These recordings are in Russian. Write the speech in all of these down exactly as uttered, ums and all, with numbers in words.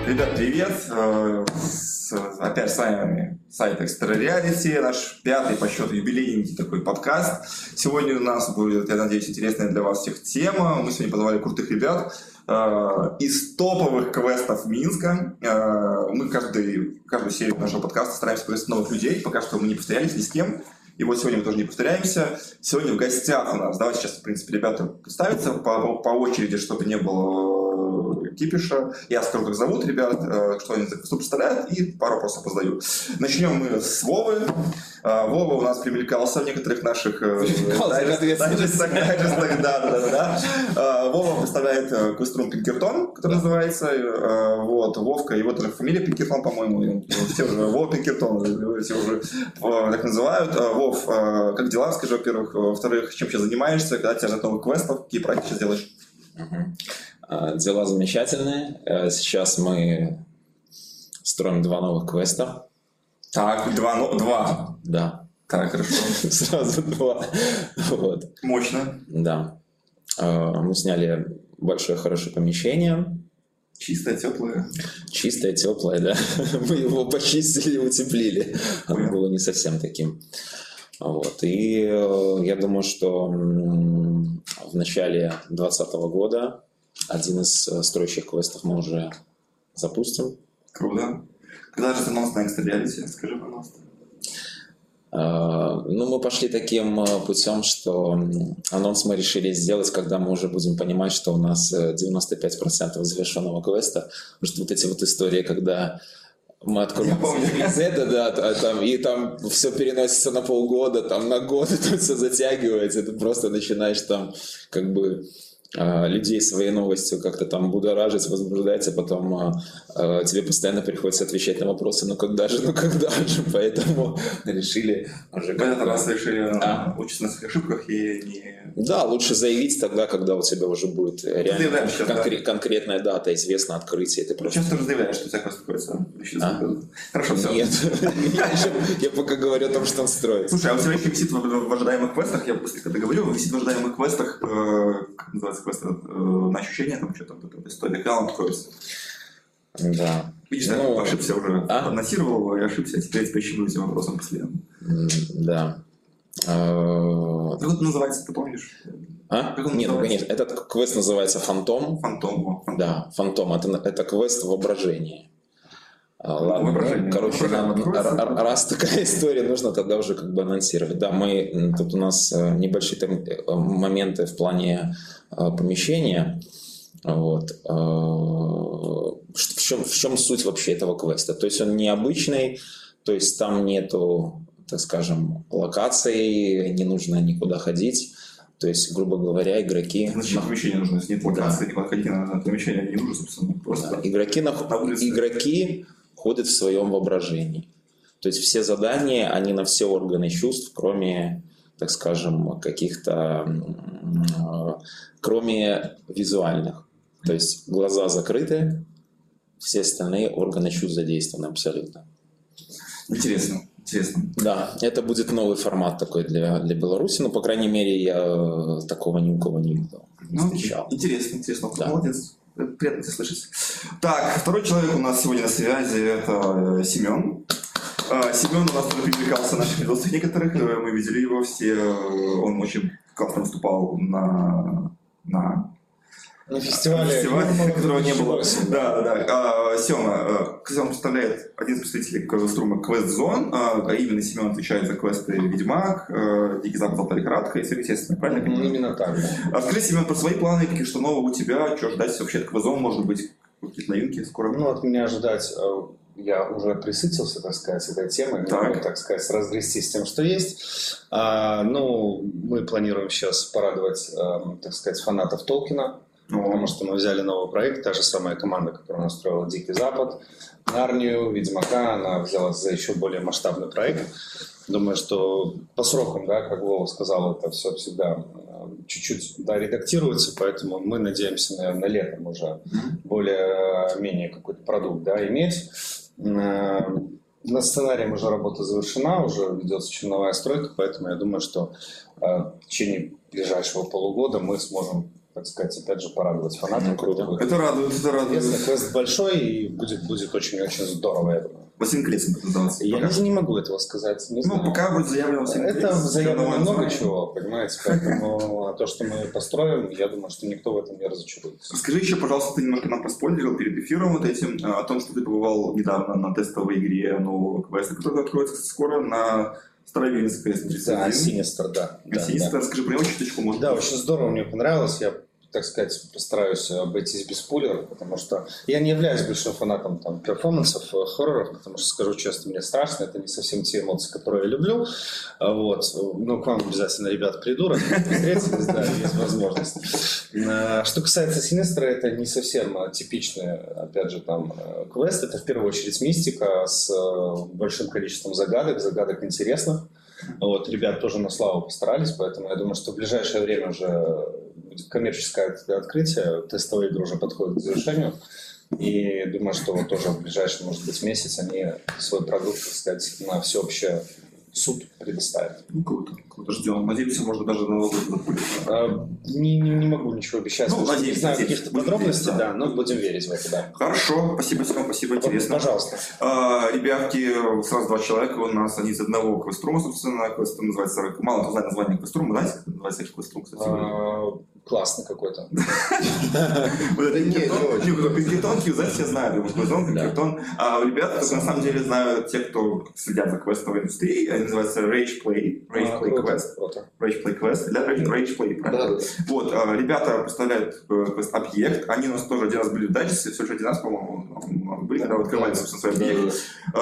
Ребят, привет! Опять с вами сайт Extra Reality, наш пятый по счету юбилейный такой подкаст. Сегодня у нас будет, я надеюсь, интересная для вас всех тема. Мы сегодня позвали крутых ребят из топовых квестов Минска. Мы каждый, каждую серию нашего подкаста стараемся пригласить новых людей. Пока что мы не повторялись ни с кем. И вот сегодня мы тоже не повторяемся. Сегодня в гостях у нас, давайте сейчас, в принципе, ребята представятся по, по очереди, чтобы не было кипиша. Я скажу, как зовут ребят, что они так представляют, и пару вопросов позадаю. Начнем мы с Вовы. Вова у нас привлекался в некоторых наших дайджестах. Да, да, да, да. Вова представляет квеструм Пинкертон, который называется. Вот, Вовка, его тоже фамилия Пинкертон, по-моему. Все уже Вова Пинкертон, все уже так называют. Вов, как дела, скажи, во-первых. Во-вторых, чем сейчас занимаешься, когда тебя ждет новых квестов, какие проекты сейчас делаешь? Дела замечательные. Сейчас мы строим два новых квеста. Так, два, два. Да. Так, хорошо. Сразу два. Вот. Мощно. Да. Мы сняли большое хорошее помещение. Чистое, теплое. Чистое, теплое, да. Мы его почистили и утеплили. Оно было не совсем таким. Вот. И я думаю, что в начале двадцатого года один из строящих квестов мы уже запустим. Круто. Когда же анонс на Extra Reality? Скажи, пожалуйста. Uh, ну, мы пошли таким uh, путем, что анонс мы решили сделать, когда мы уже будем понимать, что у нас девяносто пять процентов завершенного квеста. Потому что вот эти вот истории, когда мы откроем из этого, да, а там, и там все переносится на полгода, там на год, это все затягивается, ты просто начинаешь там как бы людей своей новостью как-то там будоражить, возбуждать, а потом а, а, тебе постоянно приходится отвечать на вопросы, ну когда же, ну когда же, поэтому решили уже в этот раз решили а? учиться на своих ошибках и не... Да, лучше заявить тогда, когда у тебя уже будет реально конкре- да? конкретная дата, известно открытие. Ты просто... Сейчас ты уже заявляешь, что у тебя квест откроется. А? Хорошо, все. Нет, я пока говорю о том, что он строится. Слушай, а у тебя еще висит в ожидаемых квестах, я быстро договорю, висит в ожидаемых квестах, как называется квест, на ощущение, там что-то, история, когда он откроется. Да. Видишь, ну, я ошибся уже, а? Анонсировал и ошибся, а теперь я поищу этим вопросом последним. Да. Как это называется, ты помнишь? А? Как он Нет, ну, конечно, этот квест называется «Фантом». Фантом. Фантом. Да, «Фантом». Это, это квест воображения. Ладно, ну, короче, нам, раз такая история, нужно тогда уже как бы анонсировать. Да, мы, тут у нас небольшие там моменты в плане помещения. Вот. В чем, в чем суть вообще этого квеста? То есть он необычный, то есть там нету, так скажем, локаций, не нужно никуда ходить. То есть, грубо говоря, игроки... Значит, помещение нужно, если нет локации, да. Никуда ходить на помещение не нужно, собственно. Просто да. Игроки, на... игроки ходят в своем воображении. То есть все задания, они на все органы чувств, кроме, так скажем, каких-то... Кроме визуальных. То есть глаза закрыты, все остальные органы чувств задействованы абсолютно. Интересно. Интересно. Да, это будет новый формат такой для, для Беларуси, но, по крайней мере, я такого ни у кого не видел, не ну, встречал. Интересно, интересно. Да. Молодец. Приятно тебя слышать. Так, второй человек у нас сегодня на связи, это Семен. Семен у нас тоже привлекался в наших видосах некоторых, мы видели его все, он очень классно выступал на... на... На фестивале, фестивале которого не было. Да, да, да. А, Сема, Сема представляет один из представителей квест-рума Quest Zone, а именно Семен отвечает за квесты Ведьмак, Дикий Запад, Золотая лихорадка и все, естественно, правильно? Mm, именно так, да. Расскажи, Семен, про свои планы, какие что нового у тебя, что ждать вообще от Quest Zone, может быть, какие-то новинки скоро? Ну, от меня ожидать, я уже присытился, так сказать, с этой темой, не могу, так сказать, разгрестись с тем, что есть. А, ну, мы планируем сейчас порадовать, так сказать, фанатов Толкина. Потому что мы взяли новый проект, та же самая команда, которая настроила Дикий Запад, Нарнию, Ведьмака, она взялась за еще более масштабный проект. Думаю, что по срокам, да, как Вова сказал, это все всегда чуть-чуть да, редактируется, поэтому мы надеемся, наверное, летом уже более-менее какой-то продукт да, иметь. Над сценарием уже работа завершена, уже ведется черновая стройка, поэтому я думаю, что в течение ближайшего полугода мы сможем так сказать, опять же, порадовать фанатов. Ну, круто. Это радует, это радует. Если квест большой, и будет, будет очень-очень здорово, я думаю. Василий Клецин будет называться. Я не, не могу этого сказать. Не ну, знаю. пока будет заявлено Василий Клецин. Это заявлено много чего, понимаете, поэтому то, что мы построим, я думаю, что никто в этом не разочаруется. Расскажи еще, пожалуйста, ты немножко нам проспойлерил перед эфиром вот этим, о том, что ты побывал недавно на тестовой игре нового квеста, который откроется скоро на Старовинской тридцать один. Да, Синистер, да. Синистер, да, расскажи про него чуточку, может Да, быть. очень здорово, мне понравилось. Я, так сказать, постараюсь обойтись без спойлеров, потому что я не являюсь большим фанатом там, перформансов, хорроров, потому что, скажу честно, мне страшно, это не совсем те эмоции, которые я люблю. Вот. Ну, к вам обязательно, ребята, приду, раз мы встретились, да, есть возможность. Что касается Синистера, это не совсем типичный, опять же, там, квест, это в первую очередь мистика с большим количеством загадок, загадок интересных. Вот, ребят тоже на славу постарались, поэтому я думаю, что в ближайшее время уже будет коммерческое открытие, тестовая игра уже подходит к завершению, и думаю, что вот тоже в ближайший, может быть, месяц они свой продукт, так сказать, на всеобщее суд предоставят. Ну, круто, круто, ждем. Надеемся, может, даже на Новый год будет. А, не, не, не могу ничего обещать, Ну, надеюсь, не знаю надеюсь. каких-то Будем подробностей, верить, да. да, но будем верить в это, да. Хорошо, спасибо, Семен, спасибо, интересно. Пожалуйста. А, ребятки, сразу два человека у нас, они из одного квеструма, собственно, квеструм называется, мало кто знает название квеструма, знаете, как называется квеструм, кстати? А, классный какой-то. Вот это Пинкертон, знаете, все знают, Пинкертон, Пинкертон. А ребята, на самом деле, знают те, кто следят за квестовой индустрией, они называются Rage Play, Rage Play Quest. Rage Play Quest, да, Rage Play, правильно? Вот, ребята представляют квест-объект, они у нас тоже один раз были в Дайджесте, все же один раз, по-моему, были, когда открывали, собственно, свой объект.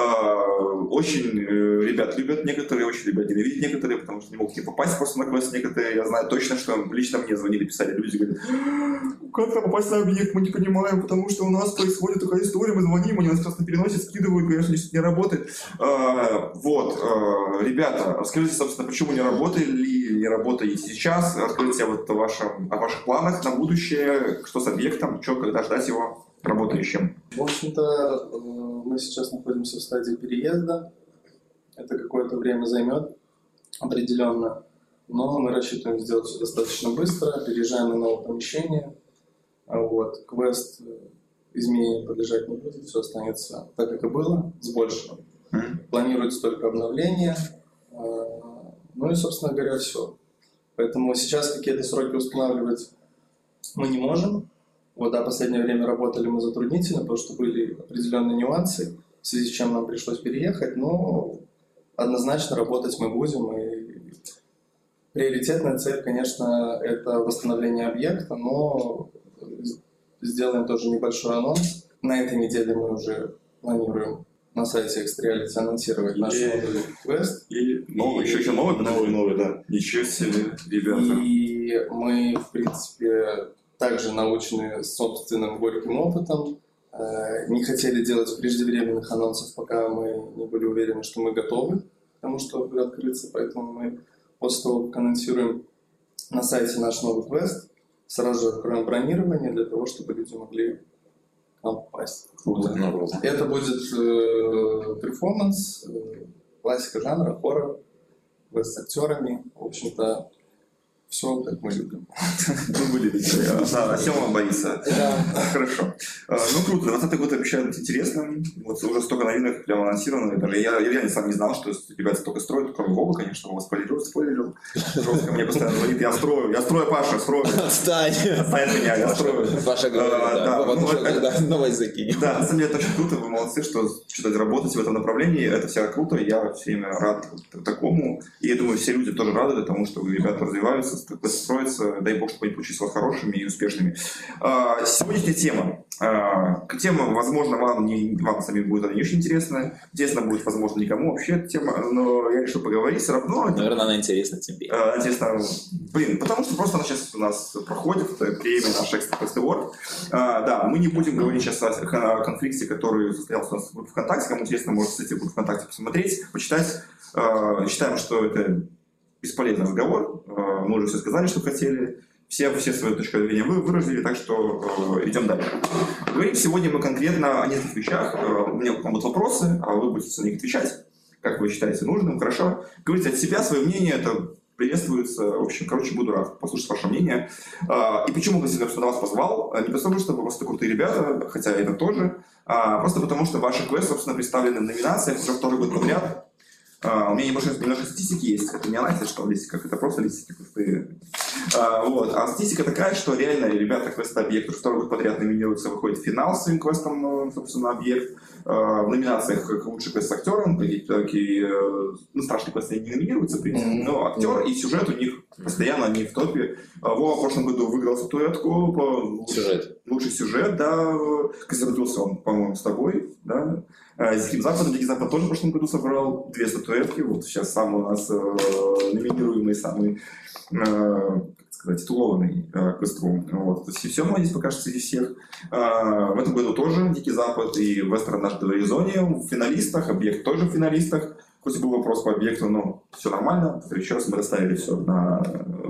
Очень ребят любят некоторые, очень ребят ненавидят некоторые, потому что не могут не попасть просто на квест некоторые. Я знаю точно, что лично мне звонили, писали люди, говорят, как нам попасть на объект, мы не понимаем, потому что у нас происходит такая история, мы звоним, они нас просто переносят, скидывают, говорят, что не работает. А, вот, а, ребята, расскажите, собственно, почему не работали, не работаете сейчас, расскажите вот о, вашем, о ваших планах на будущее, что с объектом, что, когда ждать его работающим. В общем-то, мы сейчас находимся в стадии переезда, это какое-то время займет определенно. Но мы рассчитываем сделать все достаточно быстро, переезжаем на новое помещение. Вот. Квест изменений подлежать не будет, все останется так, как и было, с большим. Mm-hmm. Планируется только обновление. Ну и, собственно говоря, все. Поэтому сейчас какие-то сроки устанавливать мы не можем. Вот, да, последнее время работали мы затруднительно, потому что были определенные нюансы, в связи с чем нам пришлось переехать, но однозначно работать мы будем. И приоритетная цель, конечно, это восстановление объекта, но сделаем тоже небольшой анонс. На этой неделе мы уже планируем на сайте Extra анонсировать наш и... новый квест. И новый, и... еще, еще новый, новый, новый, да. Ничего себе, ребята. И мы, в принципе, также научены собственным горьким опытом. Не хотели делать преждевременных анонсов, пока мы не были уверены, что мы готовы к тому, чтобы открыться, поэтому мы после того, как анонсируем на сайте наш новый квест, сразу же откроем бронирование для того, чтобы люди могли к нам попасть. Круто. Это будет э, перформанс, э, классика жанра, хоррор, квест с актерами. В общем-то, все, как мы любим. Ну, были такие. Да, Сема боится. Да. Хорошо. Ну, круто. двадцатый год обещает быть интересным. Вот уже столько новинок прямо анонсировано. Даже я, я реально сам не знал, что ребята столько строят. Кроме Вова, конечно, Вова спойлерил, спойлерил. Жестко мне постоянно звонит. Я строю. Я строю, Паша, строю. Отстань. Отстань от меня, я строю. Паша говорит, да. Вот уже когда новость закинем. Да, на самом деле это очень круто. Вы молодцы, что что-то работаете в этом направлении. Это всегда круто. Я все время рад такому. И я думаю, все люди тоже рады тому, что ребята развиваются, строится, дай бог, чтобы они получились у вас хорошими и успешными. А, сегодняшняя тема. А, тема, возможно, вам, не, вам самим будет она не очень интересная. Интересно будет, возможно, никому вообще эта тема, но я решил поговорить все равно. Наверное, она интересна тебе. А, интересно, блин, потому что просто она сейчас у нас проходит, это время наш Extra Quest Award. А, да, мы не будем говорить сейчас о конфликте, который состоялся у нас в ВКонтакте. Кому интересно, может, кстати, в ВКонтакте посмотреть, почитать. А, считаем, что это бесполезный разговор. Мы уже все сказали, что хотели. Все, все свои точки зрения вы выразили, так что э, идем дальше. Говорим сегодня мы конкретно о нескольких вещах. Э, у меня к вам будут вопросы, а вы будете на них отвечать, как вы считаете нужным, хорошо. Говорите от себя, свое мнение, это приветствуется. В общем, короче, буду рад послушать ваше мнение. И почему я собственно, вас позвал? Не потому, что вы просто крутые ребята, хотя это тоже, а просто потому, что ваши квесты, собственно, представлены в номинациях уже второй год подряд. Uh, у меня немножко, немножко статистики есть. Это не анализ, что листиках, это просто листики пустые. Uh, вот. А статистика такая, что реально ребята квеста объект уже второй год подряд номинируются, выходит в финал с своим квестом, собственно, объект. Uh, в номинациях как лучший квест с актером, такие, ну, страшные квесты не номинируются, в принципе, mm-hmm. но актер и сюжет у них постоянно они в топе. Uh, Вова в прошлом году выиграл статуэтку по сюжет. Лучший сюжет, да. Консерватился он, по-моему, с тобой, да. С Диким Западом. Дикий Запад тоже в прошлом году собрал две статуэтки. Вот сейчас самый у нас э, номинируемый, самый, э, как сказать, титулованный э, квеструм. Вот. То есть все мы здесь пока что среди всех. Э, в этом году тоже Дикий Запад и Вестерн наш в Аризоне в финалистах, объект тоже в финалистах. Хоть и был вопрос по объекту, но все нормально. Еще раз мы доставили все на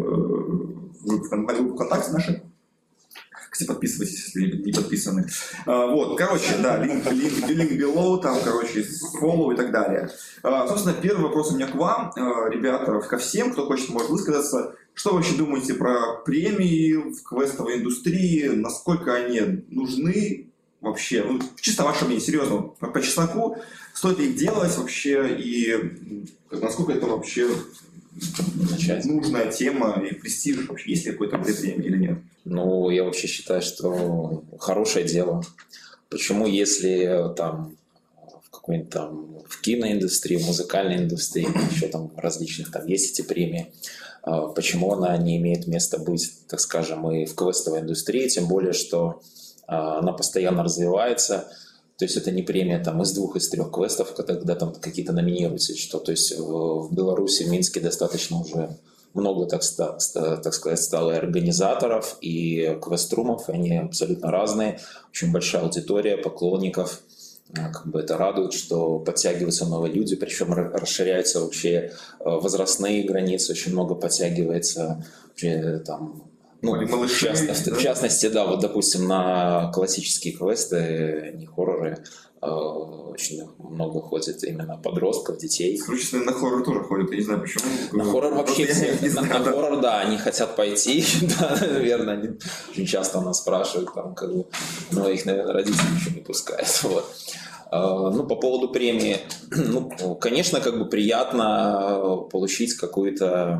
группу ВКонтакте наши. Кстати, подписывайтесь, если не подписаны. А, вот, короче, да, линк, линк, линк below, там, короче, follow и так далее. А, собственно, первый вопрос у меня к вам, а, ребята, ко всем, кто хочет, может высказаться. Что вы вообще думаете про премии в квестовой индустрии? Насколько они нужны вообще? Ну, чисто ваше мнение, серьезно, по, по чесноку. Стоит ли их делать вообще? И насколько это вообще... Начать. Нужная тема и престиж вообще, есть ли какой-то премии или нет? Ну, я вообще считаю, что хорошее дело. Почему, если там в какой-нибудь там в киноиндустрии, в музыкальной индустрии, еще там различных там есть эти премии, почему она не имеет места быть, так скажем, и в квестовой индустрии, тем более, что она постоянно развивается. То есть это не премия там, из двух, из трех квестов, когда, когда там какие-то номинируются. Что. То есть в, в Беларуси, в Минске достаточно уже много, так, ста, ста, так сказать, стало и организаторов, и квеструмов. Они абсолютно разные. Очень большая аудитория поклонников. Как бы это радует, что подтягиваются новые люди, причем расширяются вообще возрастные границы. Очень много подтягивается вообще, там... Ну, малыши, в, частности, да? в частности, да, вот, допустим, на классические квесты, не хорроры, э, очень много ходит именно подростков, детей. Исключительно на хоррор тоже ходят, я не знаю почему. На хоррор вообще все, на, на хоррор, да, они хотят пойти, да, наверное, они очень часто нас спрашивают, там, как бы, но их, наверное, родители еще не пускают, вот. Ну, по поводу премии, ну, конечно, как бы приятно получить какую-то,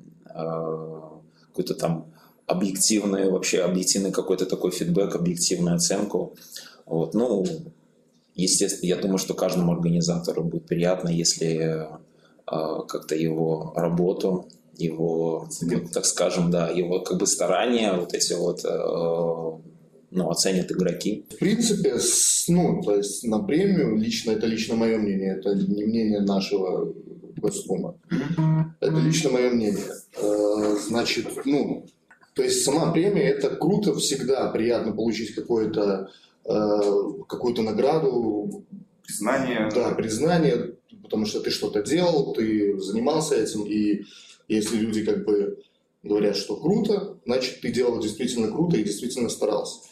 какую-то там объективный, вообще объективный какой-то такой фидбэк, объективную оценку. Вот. Ну, естественно, я думаю, что каждому организатору будет приятно, если а, как-то его работу, его, вот, так скажем, да, его как бы старания, вот эти вот, а, ну, оценят игроки. В принципе, с, ну, то есть на премию, лично, это лично мое мнение, это не мнение нашего квеструма. Это лично мое мнение. А, значит, ну, то есть сама премия – это круто, всегда приятно получить какое-то, э, какую-то награду. Признание. Да, признание, потому что ты что-то делал, ты занимался этим, и если люди как бы говорят, что круто, значит, ты делал действительно круто и действительно старался.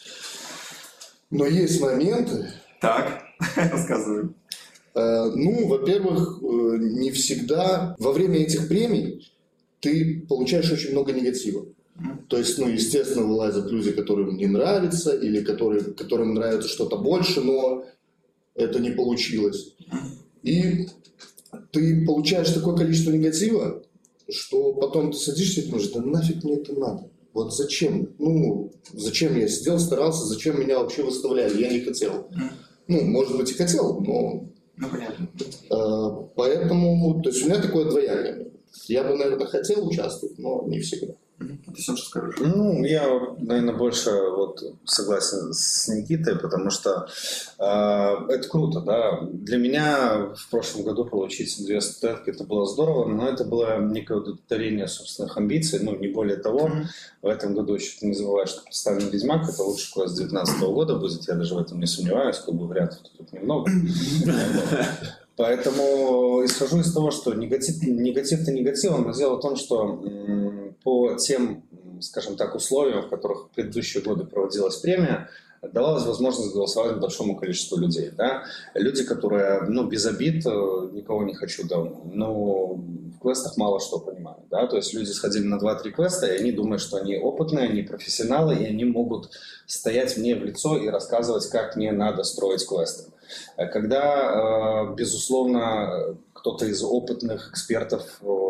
Но есть моменты… Так, рассказывай. Э, ну, во-первых, э, не всегда во время этих премий ты получаешь очень много негатива. То есть, ну, естественно, вылазят люди, которым не нравится, или которые, которым нравится что-то больше, но это не получилось. И ты получаешь такое количество негатива, что потом ты садишься и думаешь, да нафиг мне это надо? Вот зачем? Ну, зачем я сидел, старался, зачем меня вообще выставляли? Я не хотел. Ну, может быть, и хотел, но... Ну, понятно. А, поэтому, то есть, у меня такое двоякое. Я бы, наверное, хотел участвовать, но не всегда. Ты сам что скажешь? Ну, я, наверное, больше вот согласен с Никитой, потому что э, это круто, да. Для меня в прошлом году получить две статуэтки, это было здорово, но это было некое удовлетворение собственных амбиций, ну, не более того. Mm-hmm. В этом году еще не забывай, что представлен Ведьмак, это лучший класс две тысячи девятнадцатого года будет, я даже в этом не сомневаюсь, как бы вариантов тут немного. Поэтому исхожу из того, что негатив, негатив-то негативом, но дело в том, что м, по тем, скажем так, условиям, в которых в предыдущие годы проводилась премия, давалась возможность голосовать большому количеству людей. Да? Люди, которые, ну, без обид, никого не хочу, да, но в квестах мало что понимают, да, то есть люди сходили на два-три квеста, и они думают, что они опытные, они профессионалы, и они могут стоять мне в лицо и рассказывать, как мне надо строить квесты. Когда, безусловно, кто-то из опытных экспертов,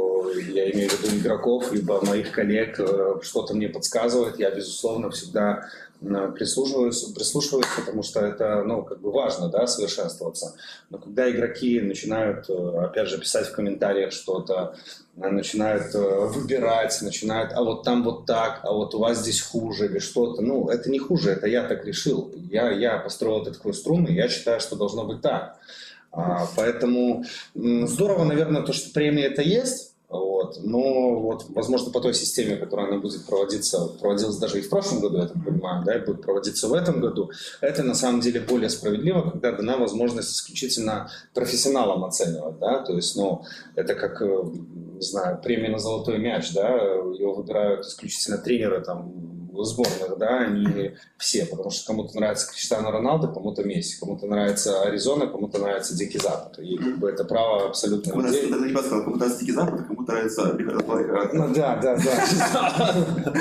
я имею в виду игроков, либо моих коллег, что-то мне подсказывает, я, безусловно, всегда прислушиваюсь, прислушиваюсь, потому что это, ну, как бы важно, да, совершенствоваться. Но когда игроки начинают, опять же, писать в комментариях что-то, начинают выбирать, начинают, а вот там вот так, а вот у вас здесь хуже или что-то, ну, это не хуже, это я так решил. Я, я построил этот квест-рум, и я считаю, что должно быть так. А, поэтому здорово, наверное, то, что премия это есть. Вот. Но, вот, возможно, по той системе, которая она будет проводиться, проводилась даже и в прошлом году, я так понимаю, да, и будет проводиться в этом году, это на самом деле более справедливо, когда дана возможность исключительно профессионалам оценивать, да, то есть, ну, это как, не знаю, премия на золотой мяч, да, его выбирают исключительно тренеры, там, сборных, да, не все, потому что кому-то нравится Криштиану Роналдо, кому-то Месси, кому-то нравится Аризона, кому-то нравится Дикий Запад. И как бы это право абсолютно людей. Кому-то нравится Дикий Запад, кому-то нравится Рихард. Ну да, да, да.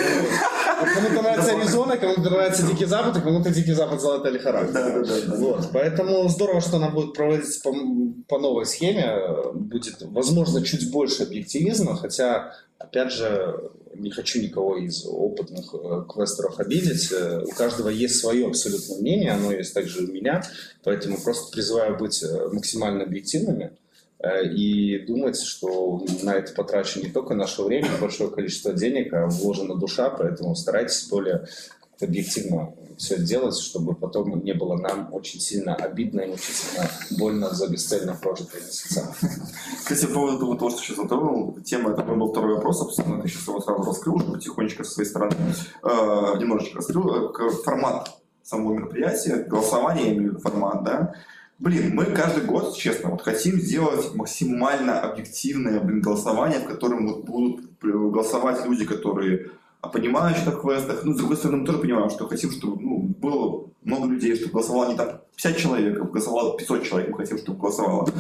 Кому-то нравится Аризона, кому-то нравится Дикий Запад, а кому-то Дикий Запад золотая лихорадка. Да, да, да. Вот. Поэтому здорово, что она будет проводиться по, по новой схеме. Будет, возможно, чуть больше объективизма, хотя, опять же, не хочу никого из опытных э, квестеров обидеть. Э, у каждого есть свое абсолютное мнение, оно есть также у меня. Поэтому просто призываю быть максимально объективными э, и думать, что на это потрачено не только наше время, а большое количество денег, а вложена душа. Поэтому старайтесь более объективно все делать, чтобы потом не было нам очень сильно обидно и мучительно больно за бесцельно прожитые месяца. Кстати, по поводу того, что сейчас затронул, тема, это был второй вопрос, собственно, ты сейчас его сразу раскрыл, уже потихонечку со своей стороны, э, немножечко раскрыл, формат самого мероприятия, голосование, я имею в виду формат, да. Блин, мы каждый год, честно, вот хотим сделать максимально объективное, блин, голосование, в котором вот будут голосовать люди, которые понимают, что в квестах. Ну, с другой стороны, мы тоже понимаем, что хотим, чтобы, ну, было много людей, чтобы голосовало не там пятьдесят человек, а голосовало пятьсот человек, мы хотим, чтобы голосовало.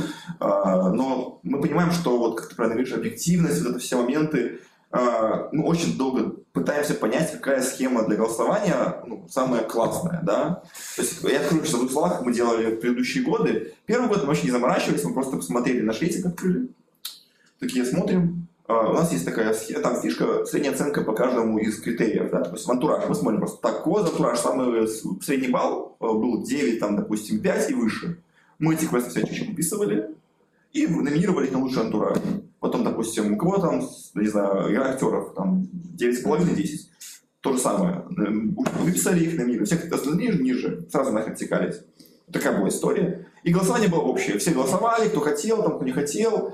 А, но мы понимаем, что, вот, как ты правильно говоришь, объективность, вот это все моменты, а, мы очень долго пытаемся понять, какая схема для голосования, ну, самая классная, да. То есть, я открою, что в двух словах мы делали в предыдущие годы. Первый год мы вообще не заморачивались, мы просто посмотрели, наш рейтинг открыли. Такие смотрим. Uh, у нас есть такая там фишка, средняя оценка по каждому из критериев, да, то есть в антураж, мы смотрим просто так, вот антураж, самый средний балл был девять, там, допустим, пять и выше. Мы эти квесты все чуть-чуть выписывали и номинировали их на лучший антураж. Потом, допустим, у кого там, не знаю, игра актеров, там, девять с половиной - десять, то же самое, выписали их, номинировали, все остальные ниже, сразу нахрен текались. Такая была история. И голосование было общее, все голосовали, кто хотел, там, кто не хотел,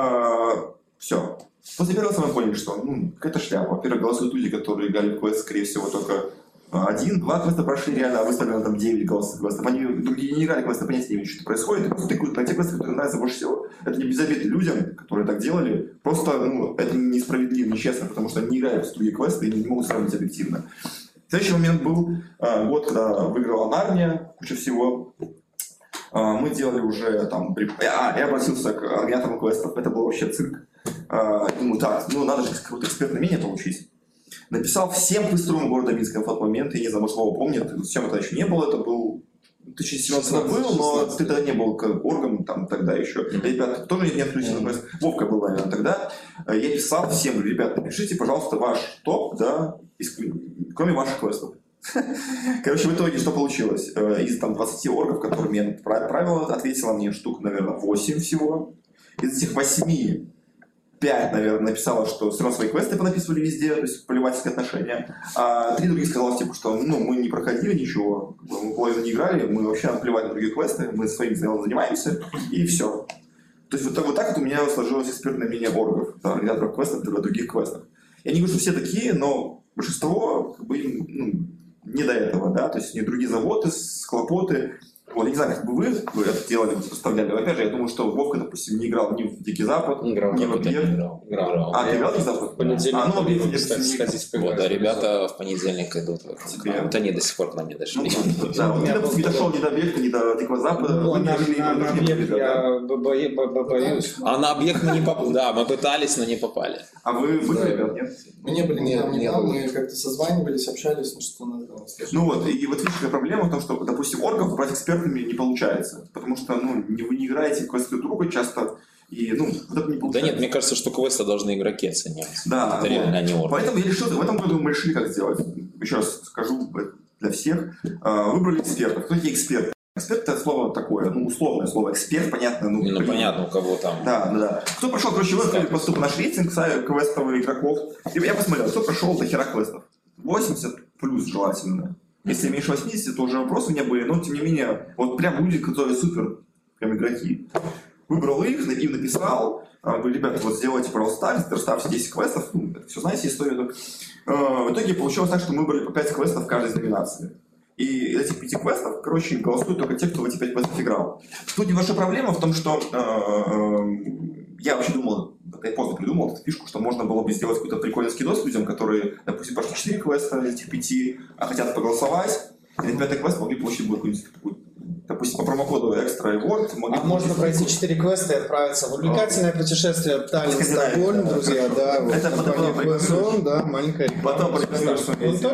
uh, все. После первого мы поняли, что ну, какая-то шляпа. Во-первых, голосуют люди, которые играли в квест, скорее всего, только один, два квеста прошли реально, а выставлено там девять квестов. Они другие не играли квесты, понятия не имеют, что происходит. И просто тыкают на те квесты, которые нравятся больше всего. Это не без обиды людям, которые так делали. Просто ну, это несправедливо, нечестно, потому что они не играют в другие квесты и не могут сравнить объективно. Следующий момент был э, год, когда выиграла Нарния, куча всего. Э, мы делали уже там... А, я обратился к организаторам квестов, это был вообще цирк. Uh, думаю, так, ну надо же какое-то экспертное мнение получить. Написал всем квестерам города Минска в тот момент, я не знаю, может, Вова помнит, с чем это еще не было, это был две тысячи семнадцатый был, но ты тогда не был как оргом там тогда еще. Ребята тоже не отключили, mm-hmm. Вовка был, наверное, тогда. Я писал всем, ребят, напишите, пожалуйста, ваш топ, да, из, кроме ваших квестов. Короче, в итоге что получилось? Из там двадцати оргов, которым я отправил, ответила мне штук, наверное, восемь всего. Из этих восьми пять, наверное, написала, что все равно свои квесты понаписывали везде, то есть поливательское отношение. А три других сказала, типа, что ну, мы не проходили ничего, мы половину не играли, мы вообще наплевали на другие квесты, мы своим делом занимаемся, и все. То есть вот так вот, так вот у меня сложилось экспертное мнение оргов, да, организаторов квестов, для других квестов. Я не говорю, что все такие, но большинство как бы им ну, не до этого, да, то есть у них другие заботы, склопоты. Вот, я не знаю, как бы вы, вы это делали, составляли. Но, опять же, я думаю, что Вовка, допустим, не играл ни в Дикий Запад, играл, ни в Объект. Играл. играл. А, ты играл в Дикий Запад? В понедельник. А, ну, Объект, я, кстати, сходить в Вот, а ребята в понедельник идут. Вот, вот они до сих пор к нам не дошли. Да, вот ты, допустим, не дошел ни до Объекта, ни до Дикого Запада. Ну, Вы не на, дошли, на, вы на не объект были, да? я бо- бо- боюсь. А на объект мы не попали. Да, мы пытались, но не попали. А вы были, ребят, нет? Мы не были ни Нет, там, ни не там, было. мы как-то созванивались, общались, ну что надо было сказать. Ну вот, и вот видишь, какая проблема в том, что, допустим, оргов брать экспертами не получается, потому что, ну, не, вы не играете в квесты друга часто, и, ну, вот это не Да получается. нет, мне кажется, что квесты должны игроки оценивать. Да, Это реально, а не орг. Поэтому я решил, в этом году мы решили, как сделать. Еще раз скажу для всех. Выбрали экспертов. Кто такие эксперты? Эксперт — это слово такое, ну, условное слово. Эксперт, понятно. Ну, Ну, понятно, у кого там. Да, да, да. Кто прошел, короче, вы открыли просто наш рейтинг квестовых игроков. И я посмотрел, кто прошел до хера квестов. восемьдесят плюс желательно. Если меньше восьмидесяти, то уже вопросы не были, но тем не менее, вот прям люди, которые супер прям игроки. Выбрал их, им написал, говорю, ребята, вот сделайте, пожалуйста, ставьте десять квестов, ну, все знаете историю. В итоге получилось так, что мы выбрали по пять квестов в каждой из номинаций. И из этих пяти квестов, короче, голосуют только те, кто в эти пять квестов играл. Тут немножко проблема в том, что э, э, я вообще думал, я поздно придумал эту фишку, что можно было бы сделать какой-то прикольный скидос людям, которые, допустим, прошли четыре квеста из этих пяти, а хотят проголосовать, и на пятый квест могли получить будет какую-нибудь, допустим, по промокоду Extra Reward. А можно пройти четыре квеста и отправиться в увлекательное путешествие Таллин, Стокгольм, друзья, да, вот, это компания потом Quizon, да, маленькая реклама. Потом порекомендую, что есть.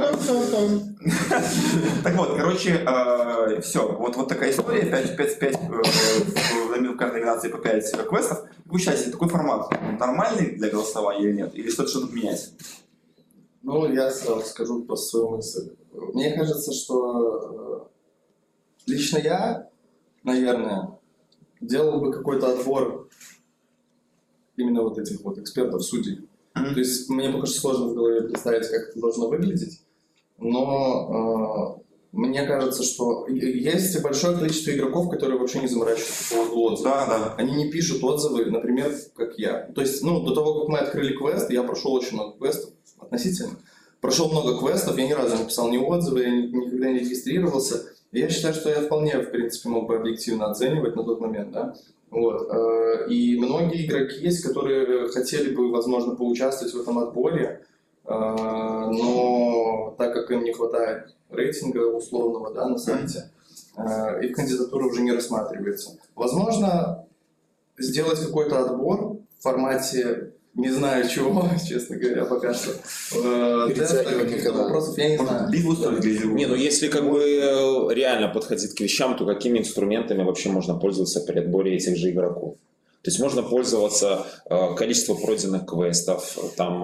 Так вот, короче, э, все, вот, вот такая история, пять пять пять э, в каждой номинации по пять квестов. Вы считаете, такой формат нормальный для голосования или нет? Или стоит что-то менять? Ну, я сразу скажу по свою мысль. Мне кажется, что э, лично я, наверное, делал бы какой-то отбор именно вот этих вот экспертов, судей. Mm-hmm. То есть мне пока что сложно в голове представить, как это должно выглядеть, но э, мне кажется, что есть большое количество игроков, которые вообще не заморачиваются по поводу отзывов. Да, да. Они не пишут отзывы, например, как я. То есть, ну, до того, как мы открыли квест, я прошел очень много квестов, относительно. Прошел много квестов, я ни разу не писал ни отзывы, я никогда не регистрировался. И я считаю, что я вполне, в принципе, мог бы объективно оценивать на тот момент, да. Вот. И многие игроки есть, которые хотели бы, возможно, поучаствовать в этом отборе, но так как им не хватает рейтинга условного, да, на сайте, их кандидатура уже не рассматривается. Возможно, сделать какой-то отбор в формате не знаю чего, честно говоря, пока что. Перетягивание вопросов я не знаю. Не, ну если как бы реально подходить к вещам, то какими инструментами вообще можно пользоваться при отборе этих же игроков? То есть можно пользоваться э, количеством пройденных квестов, там,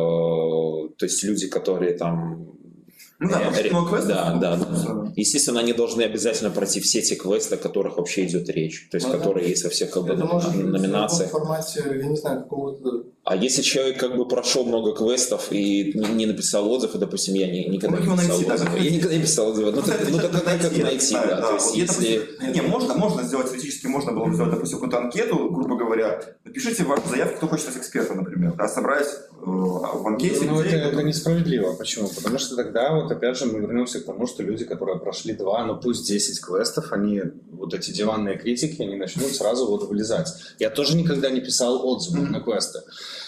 э, то есть люди, которые там... Ну да, э, много квестов. Да, да, да. Естественно, они должны обязательно пройти все те квесты, о которых вообще идет речь. То есть, ну, которые да. есть во всех как бы, это может быть номинациях. В формате, я не знаю, какого-то... А если человек как бы прошел много квестов и не написал отзыв, и, допустим, я не, никогда не писал найти, отзыв. Да, я никогда не писал отзыв. Ну, так, ну, тогда как найти, да. да. да. То есть, вот если... допустим, не, можно, можно сделать, теоретически можно было бы сделать, допустим, какую-то анкету, грубо говоря. Напишите вашу заявку, кто хочет стать экспертом, например. Да, собрать э, в анкете. Ну, людей, это, кто... это несправедливо. Почему? Потому что тогда, вот опять же, мы вернемся к тому, что люди, которые прошли два, ну пусть десять квестов, они, вот эти диванные критики, они начнут сразу вот вылезать. Я тоже никогда не писал отзывы mm-hmm. на квесты.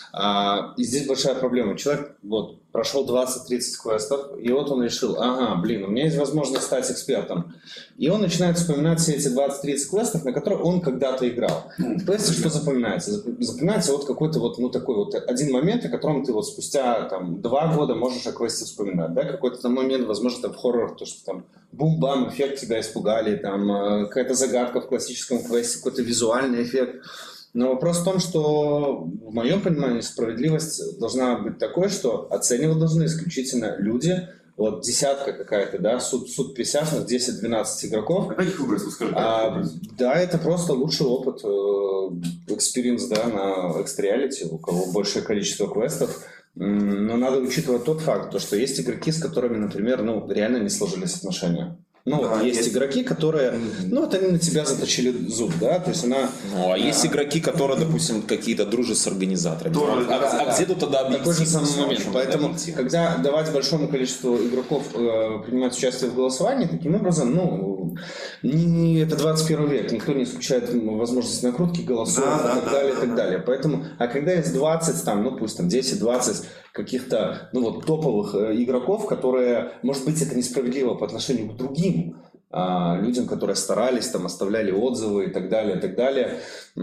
А, и здесь большая проблема. Человек вот прошел двадцать-тридцать квестов, и вот он решил, ага, блин, у меня есть возможность стать экспертом. И он начинает вспоминать все эти двадцать-тридцать квестов, на которые он когда-то играл. В квесте что запоминается? Запоминается вот какой-то вот, ну, такой вот один момент, о котором ты вот спустя там два года можешь о квесте вспоминать, да, какой-то там момент, возможно, там в хоррор, то, что там бум-бам, эффект тебя испугали, там какая-то загадка в классическом квесте, какой-то визуальный эффект. Но вопрос в том, что в моем понимании справедливость должна быть такой, что оценивать должны исключительно люди, вот десятка какая-то, да, суд, суд присяжных, десять-двенадцать игроков. А как их выбрать? Скажи, а, да, это просто лучший опыт, экспириенс, да, на X-Reality, у кого большее количество квестов. Но надо учитывать тот факт, что есть игроки, с которыми, например, ну, реально не сложились отношения. Ну, да, вот есть, есть игроки, которые, ну, вот они на тебя заточили зуб, да, то есть она... Ну, а есть игроки, которые, допустим, какие-то дружат с организаторами. Тоже, а да, а да. где тут тогда объективность? Такой же самый момент. Поэтому, когда давать большому количеству игроков э, принимать участие в голосовании, таким образом, ну, ну, не, это двадцать первый век, никто не исключает возможность накрутки голосов да, и да, так да, далее, да, и так да. далее. Поэтому, а когда есть двадцать, там, ну пусть там десять-двадцать каких-то, ну вот, топовых э, игроков, которые, может быть, это несправедливо по отношению к другим а, людям, которые старались, там, оставляли отзывы и так далее, и так далее,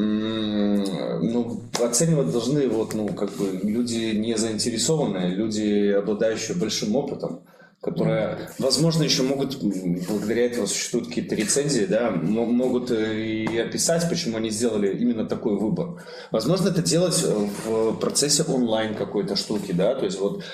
м-м, ну, оценивать должны вот, ну, как бы люди не заинтересованные, люди, обладающие большим опытом, которые, возможно, еще могут, благодаря этому существуют какие-то рецензии, да, могут и описать, почему они сделали именно такой выбор. Возможно, это делать в процессе онлайн какой-то штуки, да, то есть вот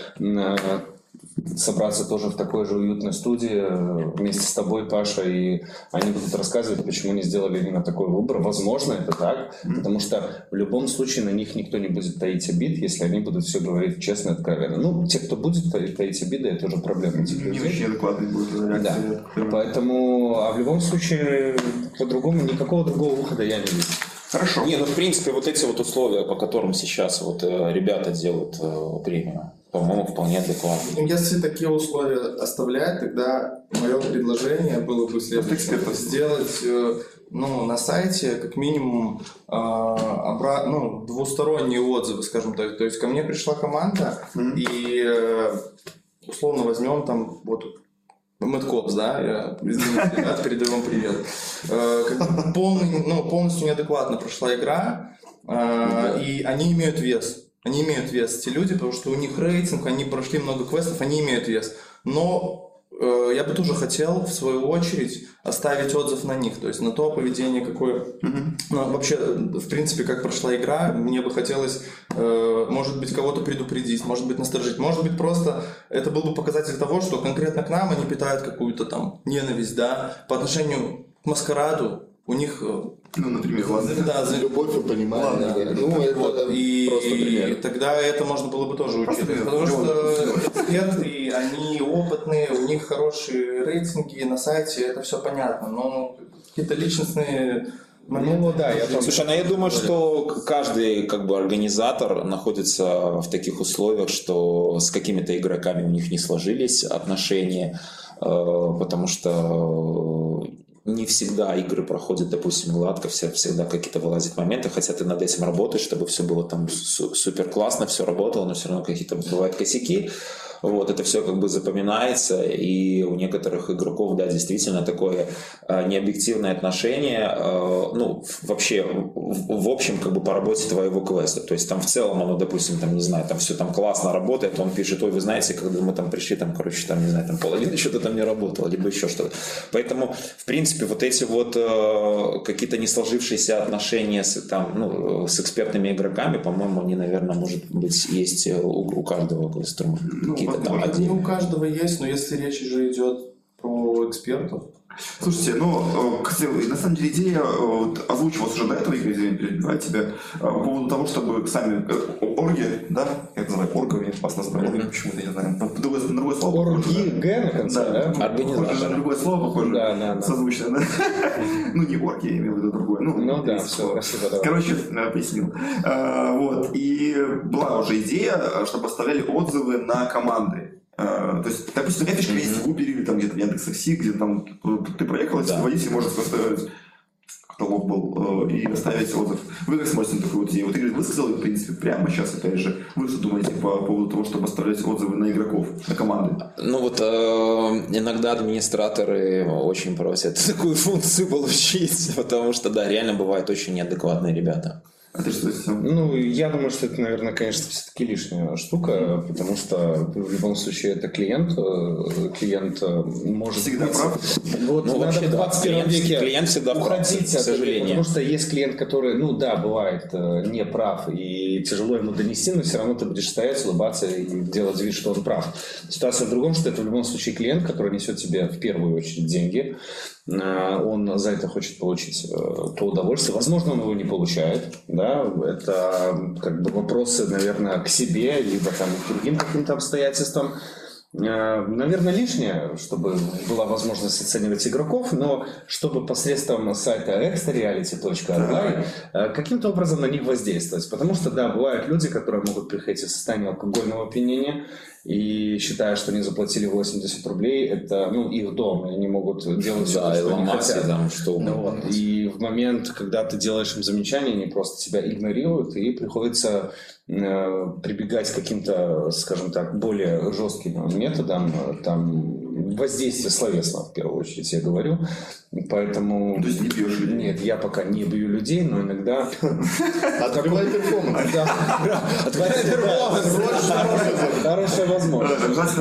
собраться тоже в такой же уютной студии вместе с тобой, Паша, и они будут рассказывать, почему они сделали именно такой выбор. Возможно, это так, потому что в любом случае на них никто не будет таить обид, если они будут все говорить честно и откровенно. Ну, те, кто будет таить обиды, это уже проблема этих людей. Не очень адекватный будет. Да. Поэтому, а в любом случае, по-другому, никакого другого выхода я не вижу. Хорошо. Не, ну в принципе вот эти вот условия, по которым сейчас вот э, ребята делают э, премию, по-моему, вполне адекватно. Если такие условия оставлять, тогда мое предложение было бы следующее: сделать ну, на сайте как минимум э, обра- ну, двусторонние отзывы, скажем так. То есть ко мне пришла команда, mm-hmm. и э, условно возьмем там вот Мэтт Копс, да, я, извините, да, передаю вам привет. Э, как полный, ну, полностью неадекватно прошла игра, э, и они имеют вес. Они имеют вес, те люди, потому что у них рейтинг, они прошли много квестов, они имеют вес. Но э, я бы тоже хотел, в свою очередь, оставить отзыв на них, то есть на то поведение, какое... Mm-hmm. Ну, вообще, в принципе, как прошла игра, мне бы хотелось, э, может быть, кого-то предупредить, может быть, насторожить, может быть, просто это был бы показатель того, что конкретно к нам они питают какую-то там ненависть, да, по отношению к Маскараду. У них, ну, например, ладно. Да, за любовь и понимание. Ладно, да. Ну, это вот, и, просто пример. и тогда это можно было бы тоже учитывать. Потому что эксперты, они опытные, у них хорошие рейтинги на сайте, это все понятно. Но какие-то личностные моменты... Ну, да, я там... Слушай, ну я думаю, что каждый как бы организатор находится в таких условиях, что с какими-то игроками у них не сложились отношения, потому что не всегда игры проходят, допустим, гладко, всегда какие-то вылазят моменты, хотя ты над этим работаешь, чтобы все было там супер классно, все работало, но все равно какие-то бывают косяки. Вот, это все как бы запоминается, и у некоторых игроков, да, действительно такое э, необъективное отношение, э, ну, вообще, в, в общем, как бы по работе твоего квеста. То есть там в целом оно, допустим, там, не знаю, там все там классно работает, он пишет: ой, вы знаете, когда мы там пришли, там, короче, там, не знаю, там половина что-то там не работало, либо еще что-то. Поэтому, в принципе, вот эти вот э, какие-то не сложившиеся отношения с, там, ну, с экспертными игроками, по-моему, они, наверное, может быть, есть у, у каждого квеструма. Ну, там, ну, у каждого есть, но если речь уже идет про экспертов. Слушайте, ну, кстати, на самом деле идея вот, озвучивалась уже до этого, Игорь, извините, перебиваю тебя, по поводу того, чтобы сами орги, да, я это называю оргами, вас назвали орги, почему-то, я не знаю, другое, другое слово. Орги, Г на конце, да? да? Организатор. Другое слово, похоже, да, да, да. созвучно, да? Ну, не орги, я имею в виду другое. Ну, ну да, все, спасибо. Да. Короче, пояснил. А, вот, и была уже идея, чтобы оставляли отзывы на команды. Uh, то есть, допустим, такая фишка есть в Uber или там где-то в Яндекс.Такси, где там ты проехал, да. водитель может поставить каталог был и оставить отзыв. Вы как смотрите на такую вот идею? Вот Игорь высказал, в принципе, прямо сейчас, опять же, вы что думаете по поводу того, чтобы оставлять отзывы на игроков, на команды? Ну вот э, иногда администраторы очень просят такую функцию получить, потому что, да, реально бывают очень неадекватные ребята. А ты что, ну, я думаю, что это, наверное, конечно, все-таки лишняя штука, потому что в любом случае это клиент, клиент может всегда быть, прав. Вот ну, надо вообще, в двадцать первом клиент, веке клиент всегда уходить прав, от к сожалению. Этого, потому что есть клиент, который, ну да, бывает не прав, и тяжело ему донести, но все равно ты будешь стоять, улыбаться и делать вид, что он прав. Ситуация в другом, что это в любом случае клиент, который несет тебе в первую очередь деньги, он за это хочет получить то удовольствие. Возможно, он его не получает. Да? Это как бы вопросы, наверное, к себе, либо там, к другим каким-то обстоятельствам. Наверное, лишнее, чтобы была возможность оценивать игроков, но чтобы посредством сайта экстрареалити точка онлайн каким-то образом на них воздействовать. Потому что, да, бывают люди, которые могут приходить в состояние алкогольного опьянения, и считая, что они заплатили восемьдесят рублей, это, ну, их дом, и они могут делать все, да, что они хотят. Там, что ну, вот. И в момент, когда ты делаешь им замечания, они просто тебя игнорируют, и приходится э, прибегать к каким-то, скажем так, более жестким методам, там, воздействия словесного, в первую очередь, я говорю. Поэтому... То есть не бьешь людей? Нет, я пока не бью людей, но иногда... Открывай перформанс. Открывай перформанс. Хорошая возможность.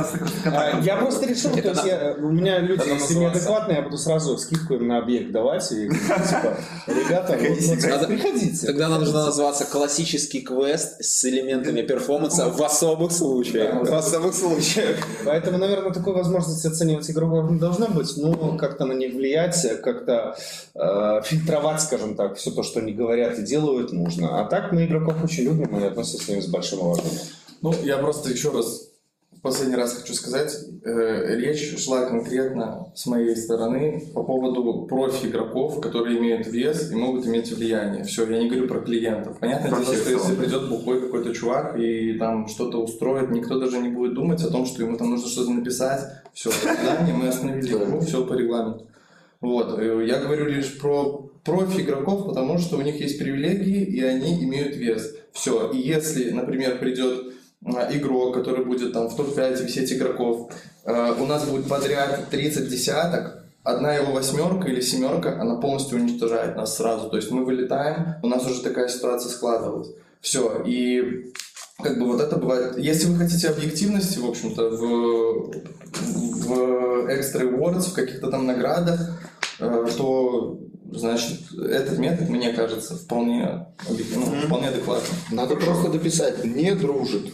Я просто решил, то есть у меня люди, если неадекватные, я буду сразу скидку им на объект давать, и типа, ребята, приходите. Тогда нужно называться классический квест с элементами перформанса в особых случаях. В особых случаях. Поэтому, наверное, такой возможности оценивать игроков не должно быть, но как-то на них влиять, как-то э, фильтровать, скажем так, все то, что они говорят и делают, нужно. А так мы игроков очень любим и относимся к ним с большим уважением. Ну, я просто еще раз, в последний раз хочу сказать, э, речь шла конкретно с моей стороны по поводу профи-игроков, которые имеют вес и могут иметь влияние. Все, я не говорю про клиентов. Понятное дело, что если придет бухой какой-то чувак и там что-то устроит, никто даже не будет думать о том, что ему там нужно что-то написать. Все, задание, мы остановили игру, все по регламенту. Вот, я говорю лишь про профи-игроков, потому что у них есть привилегии, и они имеют вес. Все, и если, например, придет игрок, который будет там в топ пять висеть игроков, у нас будет подряд тридцать десяток, одна его восьмерка или семерка, она полностью уничтожает нас сразу. То есть мы вылетаем, у нас уже такая ситуация складывалась. Все, и как бы вот это бывает. Если вы хотите объективности, в общем-то, в, в Extra Awards, в каких-то там наградах, то, значит, этот метод, мне кажется, вполне, ну, вполне адекватный. Надо просто дописать «не дружит».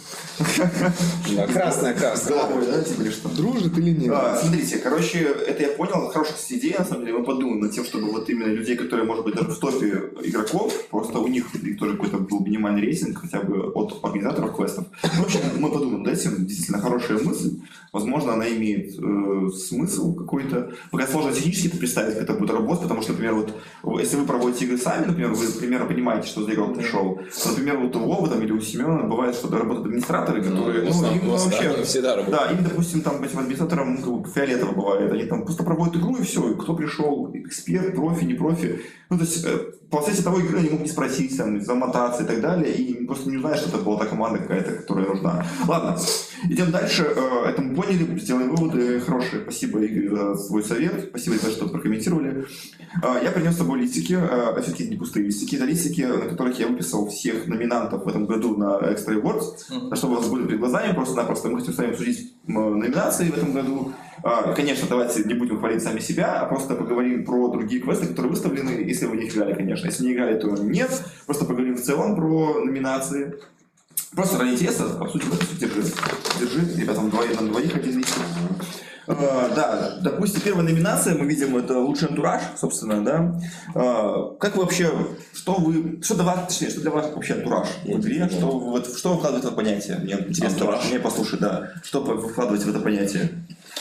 Красная краска. Да, типа что? Дружит или нет? А, смотрите, короче, это я понял, хорошая идея, на самом деле, мы подумаем над тем, чтобы вот именно людей, которые, может быть, даже в топе игроков, просто у них тоже какой-то был минимальный рейтинг, хотя бы от организаторов квестов. В общем, мы подумаем над этим, действительно хорошая мысль, возможно, она имеет э, смысл какой-то. Пока сложно технически это представить, как это будет работать, потому что, например, вот, если вы проводите игры сами, например, вы примерно понимаете, что за игрок пришел, то, например, вот у Вовы там, или у Семена бывает, что работают администраторы, которые, ну, ну им вообще, они всегда работают. Да, им, допустим, там этим администраторам ну, фиолетово бывает, они там просто проводят игру и все, и кто пришел, эксперт, профи, не профи, ну, то есть, в процессе того игры они могут не спросить, там, замотаться и так далее, и просто не узнаешь, что это была та команда какая-то, которая нужна. Ладно, идем дальше, это мы поняли, сделаем выводы, хорошие, спасибо, Игорь, за свой совет, спасибо за то, что прокомментировали. Я принес с собой листики, все-таки не пустые листики, это листики, на которых я выписал всех номинантов в этом году на Extra Awards, mm-hmm. чтобы у вас были перед глазами, просто-напросто мы хотим с вами обсудить номинации в этом году. Конечно, давайте не будем хвалить сами себя, а просто поговорим про другие квесты, которые выставлены, если вы не играли, конечно. Если не играли, то нет, просто поговорим в целом про номинации. Просто ради интереса обсудим это. Держи, держи, ребята, нам двоих, нам двоих один листик. Uh, да, допустим, первая номинация, мы видим, это лучший антураж, собственно, да. Uh, как вы вообще, что вы, что для вас, точнее, что для вас вообще антураж в игре, что вы, вот, что вы вкладываете в это понятие? Мне интересно, антураж. Мне послушать, да, что вы вкладываете в это понятие?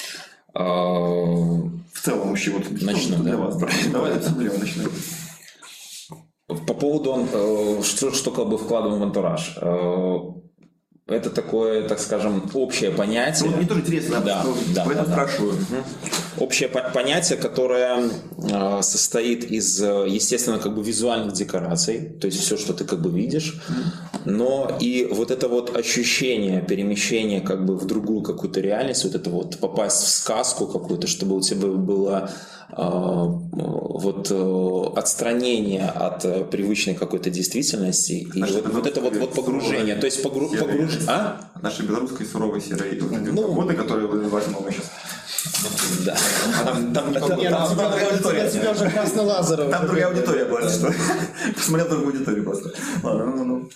Uh, в целом вообще, вот, начну, что да? для вас? Давай, это проблема, начнем. По поводу, что, что как бы вкладываем в антураж. Это такое, так скажем, общее понятие. Ну, мне тоже интересно, да, да, поэтому да, спрашиваю. Угу. Общее понятие, которое э, состоит из, естественно, как бы визуальных декораций, то есть все, что ты как бы видишь, но и вот это вот ощущение перемещения как бы в другую какую-то реальность, вот это вот попасть в сказку какую-то, чтобы у тебя было э, вот э, отстранение от э, привычной какой-то действительности и Наши вот, вот это вот, вот погружение, то есть погру, погруж... а? Нашей белорусской суровой серой ну, годы, которые вы возьмем сейчас. Да. Там, там, там, нет, там, там, там тебя уже красно-лазерово. Там другая аудитория была, что посмотрел другую аудиторию просто. Ладно, ну, ну.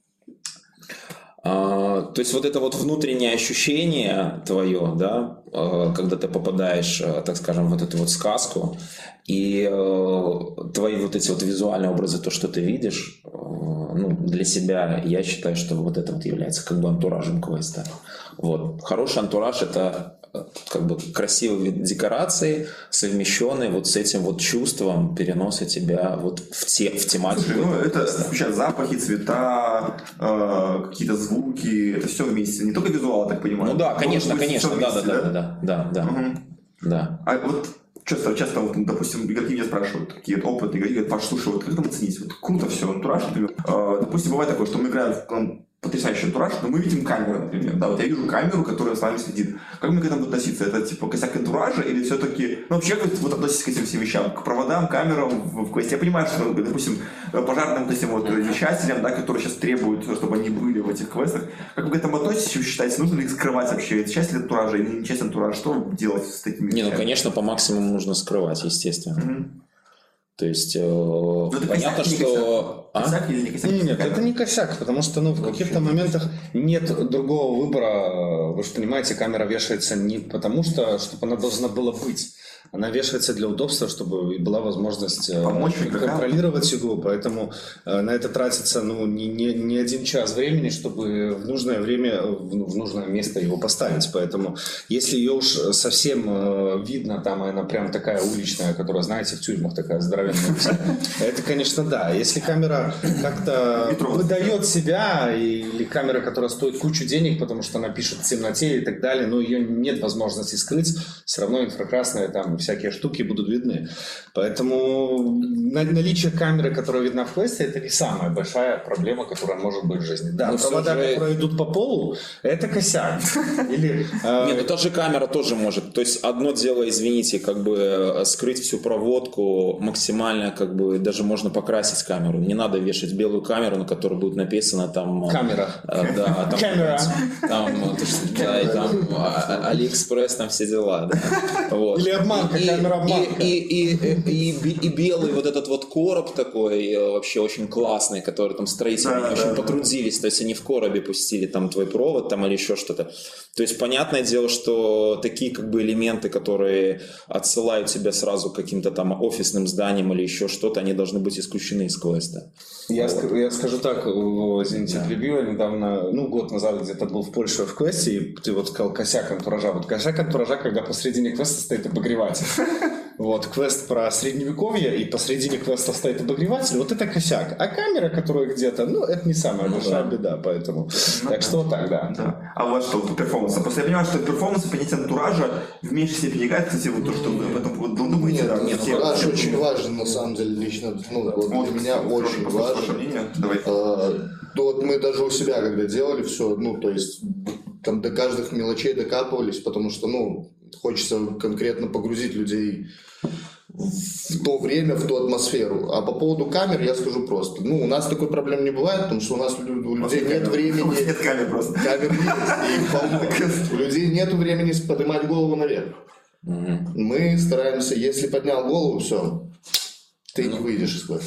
А, то есть вот это вот внутреннее ощущение твое, да, когда ты попадаешь, так скажем, в вот эту вот сказку, и твои вот эти вот визуальные образы, то, что ты видишь, ну, для себя я считаю, что вот это вот является как бы антуражем квеста. Вот. Хороший антураж — это как бы красивый вид декорации, совмещенный вот с этим вот чувством переноса тебя вот в, те, в тематику. Слушай, ну, это включает запахи, цвета, э, какие-то звуки, это все вместе, не только визуал, так понимаю. Ну да, конечно, конечно, да, вместе, да, да, да, да, да, угу. да. А вот часто, часто вот, допустим, игроки меня спрашивают, такие вот опытные игроки, говорят: Паш, слушай, вот как там оценить? Вот круто все, антураж, например. Э, допустим, бывает такое, что мы играем в там, потрясающий антураж, но мы видим камеру, например. Да, вот я вижу камеру, которая с нами следит. Как мне к этому относиться? Это типа косяк антуража или все-таки... Ну, вообще, как вот относитесь к этим всем вещам? К проводам, камерам в, в квесте? Я понимаю, что, допустим, пожарным вот этим вот вещателям, да, которые сейчас требуют, чтобы они были в этих квестах. Как вы к этому относитесь? Вы считаете, нужно ли их скрывать вообще? Это часть ли антуража или не часть антуража? Что делать с такими вещами? Не, ну, конечно, по максимуму нужно скрывать, естественно. Mm-hmm. То есть, э, понятно, косяк, что... Косяк? Косяк или не косяк? Нет, нет, это не косяк, потому что ну, в каких-то моментах нет другого выбора. Вы же понимаете, камера вешается не потому, что чтобы она должна была быть. Она вешается для удобства, чтобы была возможность помочь контролировать игру. Поэтому на это тратится ну, не, не, не один час времени, чтобы в нужное время, в нужное место его поставить. Поэтому если ее уж совсем видно, там она прям такая уличная, которая, знаете, в тюрьмах такая здоровенная, это, конечно, да. Если камера как-то выдает себя, или камера, которая стоит кучу денег, потому что она пишет в темноте и так далее, но ее нет возможности скрыть, все равно инфракрасная там всякие штуки будут видны. Поэтому наличие камеры, которая видна в квесте, это не самая большая проблема, которая может быть в жизни. Да, но провода, же... которые идут по полу, это косяк. Или, э... Нет, ну та же камера тоже может. То есть одно дело, извините, как бы скрыть всю проводку максимально, как бы даже можно покрасить камеру. Не надо вешать белую камеру, на которой будет написано там... Камера. Э, да, там... Камера. Там, да, и там Алиэкспресс, там все дела. Да. Вот. Или обманка, и, камера обманка. И, и, и, и, и белый вот этот вот короб такой вообще очень классный, который там строители да, очень да, потрудились. Да. То есть они в коробе пустили там твой провод там или еще что-то. То есть понятное дело, что такие как бы элементы, которые отсылают тебя сразу к каким-то там офисным зданиям или еще что-то, они должны быть исключены из квеста. Я, вот. ск- я скажу так, извините, да. прибью, я недавно, ну год назад где-то был в Польше в квесте, и ты вот сказал косяк антуража. Вот косяк антуража, когда посредине квеста стоит обогреватель. Вот, квест про средневековье, и посредине квеста стоит обогреватель, вот это косяк. А камера, которая где-то, ну, это не самая ну, большая да. беда, поэтому. Ну, так да. что вот так, да. да. А у вас что, перформанс? Просто я понимаю, что перформанс и понятие антуража в меньшей степени играет, кстати, вот то, что вы об этом вот думаете. Нет, да, нет, антураж очень важен, на самом деле, лично, ну, вот вот, для меня очень важен. А, вот мы даже у себя, когда делали все, ну, то есть, там до каждых мелочей докапывались, потому что, ну, хочется конкретно погрузить людей в то время, в ту атмосферу. А по поводу камер я скажу просто. Ну, у нас такой проблем не бывает, потому что у нас у людей нет камер. времени. У нас нет камер просто. Камер есть, и полно. У людей нет времени поднимать голову наверх. Mm-hmm. Мы стараемся, если поднял голову, все, ты не выйдешь из класса.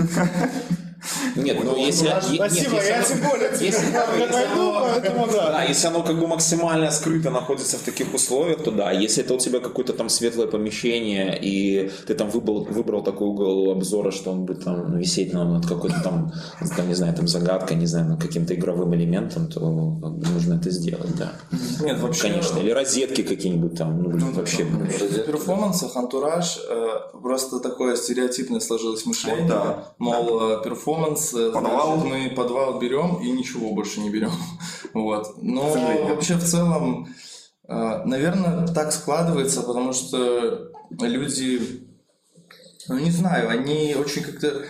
Нет, ну если... Спасибо, нет, я тем более не пойду, поэтому да. Да, если оно как бы максимально скрыто находится в таких условиях, то да. Если это у тебя какое-то там светлое помещение, и ты там выбрал, выбрал такой угол обзора, что он будет там висеть над какой-то там, там, не знаю, там загадкой, не знаю, над каким-то игровым элементом, то нужно это сделать, да. Нет, вообще... Конечно, или розетки какие-нибудь там, ну, ну вообще... В перформансах антураж э, просто такое стереотипное сложилось мышление, вот, да. мол, перформанс Перформанс, значит, мы подвал берем и ничего больше не берем. Вот. Но вообще в целом, наверное, так складывается, потому что люди, ну не знаю, они очень как-то,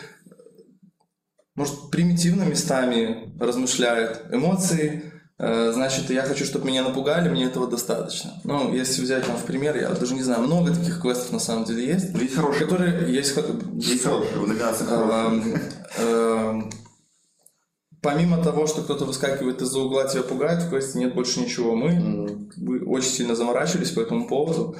может, примитивно местами размышляют. Эмоции, значит, я хочу, чтобы меня напугали, мне этого достаточно. Ну, если взять там в пример, я даже не знаю, много таких квестов на самом деле есть. Есть хорошие. Которые есть, есть хорошие, номинации хорошие. Помимо того, что кто-то выскакивает из-за угла, тебя пугает, в квесте нет больше ничего. Мы mm. очень сильно заморачивались по этому поводу.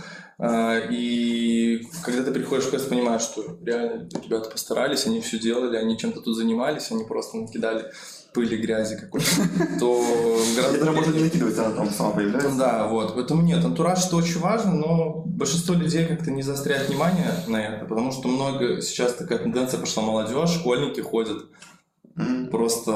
И когда ты приходишь в квест, понимаешь, что реально ребята постарались, они все делали, они чем-то тут занимались, они просто накидали пыли, грязи какой-то, то гораздо... Это можно не накидывать, она там сама появляется. Да, вот. Поэтому нет, антураж это очень важно, но большинство людей как-то не заостряет внимание на это, потому что много сейчас такая тенденция пошла, молодежь, школьники ходят mm-hmm. просто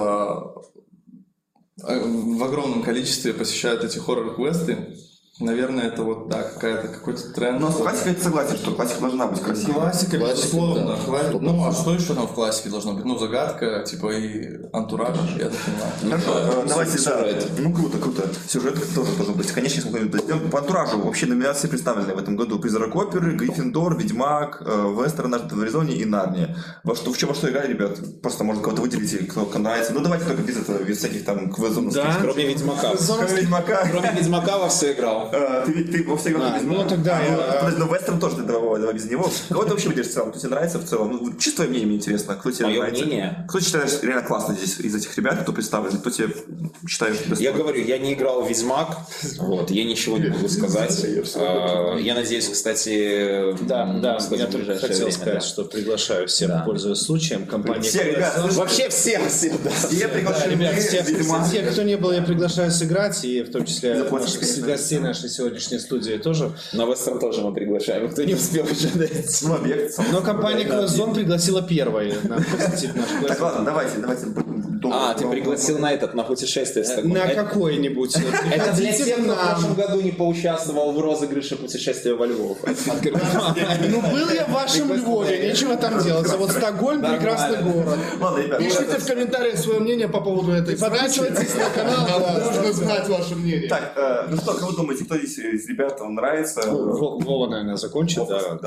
в огромном количестве посещают эти хоррор-квесты. Наверное, это вот, да, какая-то, какой-то тренд. Но классика, я согласен, что классика должна быть красивой. Классика, безусловно. Да. Хва... Ну, а что еще там в классике должно быть? Ну, загадка, типа, и антураж, я так понимаю. Хорошо, ну, давайте, да. Ну, круто, круто. Сюжет тоже должен быть. Конечно, если мы дойдем по антуражу. Вообще номинации представлены в этом году. Призрак оперы, Гриффиндор, Ведьмак, Вестерн, Наш в Аризоне и Нарния. Во что, в чем во что играли, ребят? Просто, может, кого-то выделите, кто нравится. Ну, давайте только без этого, без всяких там квизов. Да, кроме Ведьмака. Кроме Ведьмака. Кроме Ведьмака во все играл. А, ты, ты во все играл без Ну, тогда а, я... Ну, подожди, ну, Вестерн тоже ты давай, давай без него. Кого ты вообще выделишь в целом? Кто тебе нравится в целом? Ну, чисто твое мнение мне интересно. Кто тебе Мое нравится? мнение? Кто считаешь реально классно здесь из этих ребят, кто представлен? Кто тебе считаешь достойным? Я говорю, я не играл в Ведьмак, вот, я ничего не могу сказать. Я надеюсь, кстати... Да, да, я только хотел сказать, что приглашаю всех, пользуясь случаем, компания... Все, ребят, вообще всех, всех, да. Все приглашены. Ребят, всех, всех, кто не был, я приглашаю сыграть, и в том числе наших гостей нашей сегодняшней студии тоже. На Вестерн тоже мы приглашаем, кто не успел еще дойти. Ну, объект. Но компания Квест-Зон пригласила первой на посетить наш Так, ладно, давайте, давайте. А, ты пригласил на этот, на путешествие. На какой-нибудь. Это для тех, кто в прошлом году не поучаствовал в розыгрыше путешествия во Львов. Ну, был я в вашем Львове, нечего там делать. А вот Стокгольм — прекрасный город. Ладно, ребят. Пишите в комментариях свое мнение по поводу этой Подписывайтесь на канал. Нам нужно знать ваше мнение. Так, ну что, как вы думаете, кто здесь из ребят вам нравится? Вова, наверное, закончит.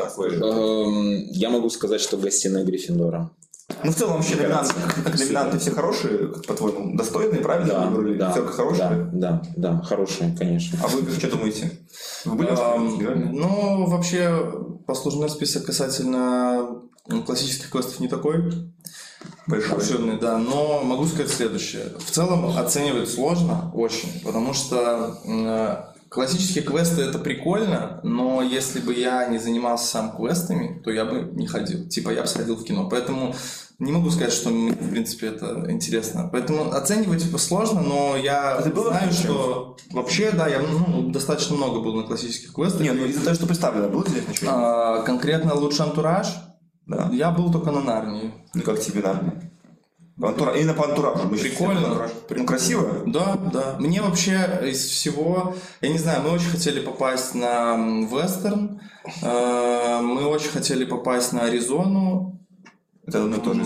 Я могу сказать, что гостиная Гриффиндора. Ну, в целом, вообще, номинанты, как номинанты все хорошие, как по-твоему, достойные, правильно? Да, выбрали? да, Пятерка хорошая? да, да, да, хорошие, конечно. А вы что думаете? Вы были um, Ну, вообще, послужной список касательно классических квестов не такой большой, обширный, да, но могу сказать следующее. В целом, оценивать сложно очень, потому что э, классические квесты — это прикольно, но если бы я не занимался сам квестами, то я бы не ходил. Типа, я бы сходил в кино. Поэтому не могу сказать, что мне, в принципе, это интересно. Поэтому оценивать типа сложно, но я это было знаю, вообще? что вообще, да, я ну, достаточно много был на классических квестах. Нет, ну из-за того, что представлено, было здесь ничего? А, конкретно лучший антураж. Да. Я был только на Нарнии. Ну, как тебе Нарния? Антура... Именно по антуражу. Мы Прикольно. Ну, красиво? Да, да. Мне вообще из всего, я не знаю, мы очень хотели попасть на Вестерн, мы очень хотели попасть на Аризону. Это одно и то же.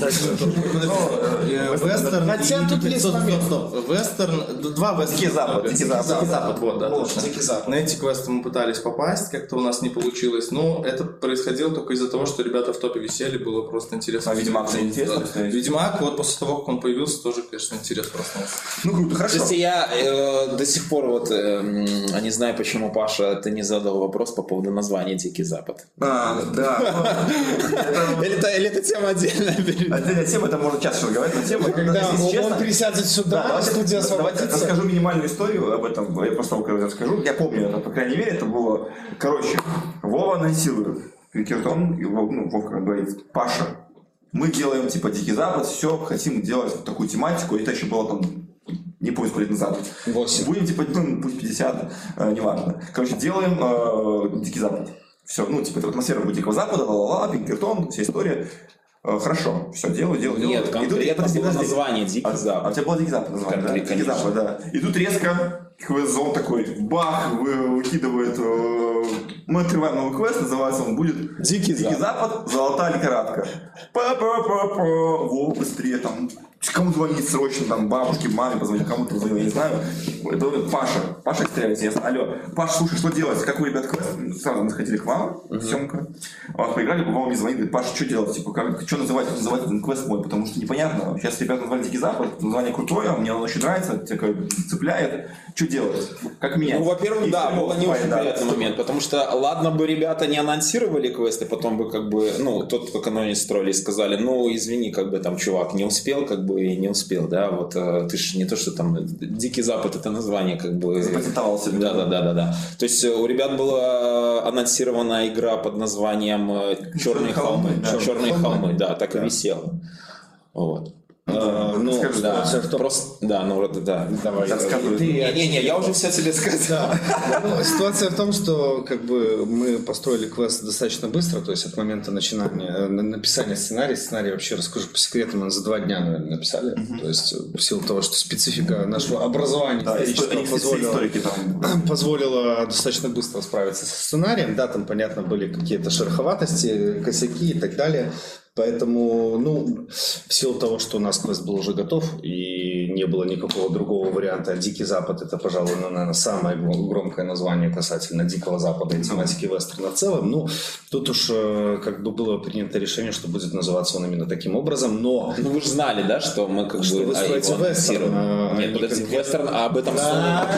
Вестерн. Хотя тут есть момент. Вестерн, два вестерна. Дикий Запад. Дикий Запад. Дикий Запад, вот, да, точно. Дикий Запад. На эти квесты мы пытались попасть, как-то у нас не получилось. Но это происходило только из-за того, что ребята в топе висели, было просто интересно. А Ведьмак не интересно? Да. Ведьмак, вот после того, как он появился, тоже, конечно, интерес проснулся. Ну, круто, хорошо. Кстати, я э, до сих пор вот э, не знаю, почему, Паша, ты не задал вопрос по поводу названия «Дикий Запад». А, да. Или это тема отдельная? Отдельная тема, это можно час разговаривать на тему. Когда он присядет сюда, студия освободится. Расскажу минимальную историю об этом, я просто вам расскажу. Я помню это, по крайней мере, это было... Короче, Вова анонсирует. Киртон, ну, Вовка говорит: Паша, мы делаем типа Дикий Запад, все, хотим делать вот такую тематику. Это еще было там, не помню, сколько лет назад. восемь. Будем типа, ну, пусть пятьдесят, э, неважно. Короче, делаем э, Дикий Запад. Все, ну, типа, это атмосфера будет Дикого Запада, ла-ла-ла, Пинкертон, вся история. Хорошо, все, делаю, делаю, делаю. Нет, конкретно тут, было подожди, название «Дикий а, Запад». А у тебя было «Дикий Запад» название, да? Конечно. «Дикий Запад», да. И тут резко квест-зон такой, бах, вы, выкидывает... Э, мы открываем новый квест, называется он будет «Дикий, Дикий Запад. Запад, золотая лихорадка». Па-па-па-па, Вова, быстрее, там, кому звонить срочно, там, бабушке, маме позвонить, кому-то звонить, я не знаю. Это Паша, Паша стреляет, интересно. Алло, Паш, слушай, что делать? Как у ребят квест? Сразу мы сходили к вам, uh-huh. Семка. Вот, поиграли, Вова мне звонит, говорит: Паша, что делать? Типа, как, что называть, как называть этот квест мой? Потому что непонятно. Сейчас ребята назвали Дикий Запад, название крутое, мне оно очень нравится, тебя цепляет. Что делать? Как менять? Ну, во-первых, И да, было не очень да. приятный момент, потому что, ладно бы ребята не анонсировали квесты, потом бы как бы, ну, тот, как оно не строили, сказали: ну, извини, как бы там, чувак, не успел, как бы и не успел, да, вот ты же не то, что там Дикий Запад, это название, как бы... Запатентовал себе. Да, да, да, да, да. То есть у ребят была анонсирована игра под названием «Черные холмы». Да. «Черные холмы», да, так да. и висела. Вот. Uh, ну, Скажи, да, да, просто, да, ну вроде да. Давай. Не-не-не, я уже все тебе сказал. Да. Ну, ситуация в том, что как бы мы построили квест достаточно быстро, то есть от момента начинания, написания сценария, сценарий вообще, расскажу по секрету, мы за два дня, наверное, написали, uh-huh. то есть в силу того, что специфика нашего образования да, исторического позволила, там. позволила достаточно быстро справиться со сценарием, да, там, понятно, были какие-то шероховатости, косяки и так далее. Поэтому, ну, в силу того, что у нас квест был уже готов и не было никакого другого варианта, Дикий Запад — это, пожалуй, наверное, самое громкое название касательно Дикого Запада и тематики вестерна в целом. Ну, тут уж как бы было принято решение, что будет называться он именно таким образом, но... Ну, вы же знали, да, что мы как что бы... вы строите вестерн. А, Нет, подожди, вестерн, а об этом слово...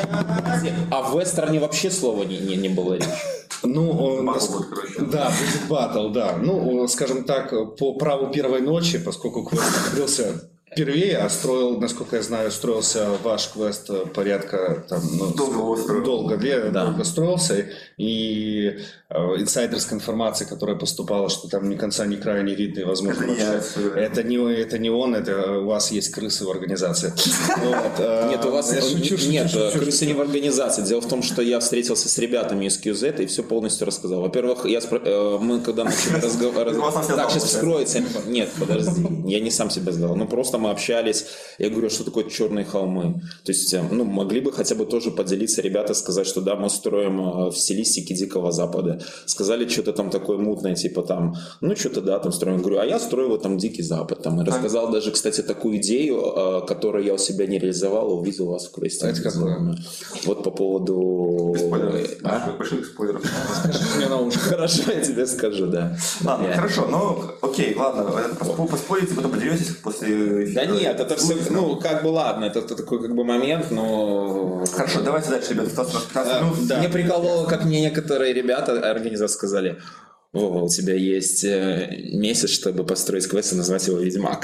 А в вестерне вообще слова не, не, не было речи. Ну, батл нас... будет, да, будет батл, да. Ну, скажем так, по праву первой ночи, поскольку квест открылся впервые, а строил, насколько я знаю, строился ваш квест порядка там, ну, долго, долго, да. долго строился, и э, инсайдерская информация, которая поступала, что там ни конца, ни края не видно, и возможно, это, вообще, это, не, это не он, это у вас есть крысы в организации. Нет, у вас нет, крысы не в организации. Дело в том, что я встретился с ребятами из кью зет и все полностью рассказал. Во-первых, мы когда начали разговаривать... Так, сейчас вскроется. Нет, подожди, я не сам себя сдал. Ну, просто мы общались, я говорю, что такое черные холмы. То есть, ну, могли бы хотя бы тоже поделиться ребята, сказать, что да, мы строим в стилистике Дикого Запада. Сказали что-то там такое мутное, типа там, ну, что-то да, там строим. Говорю, а я строю вот там Дикий Запад. Там, и рассказал даже, кстати, такую идею, которую я у себя не реализовал, увидел у вас в квесте. Это какое? Вот по поводу... А? Больших спойлеров. Скажи мне на ушко. Хорошо, я тебе скажу, да. Ладно, yeah. хорошо, ну, окей, ладно, поспорите, потом поделитесь после... Да нет, это все, ну, как бы ладно, это, это такой как бы момент, но... Хорошо, давайте дальше, ребята, пятнадцать минут. Да. Мне прикололо, как мне некоторые ребята, организаторы сказали: Вова, у тебя есть месяц, чтобы построить квест и назвать его «Ведьмак».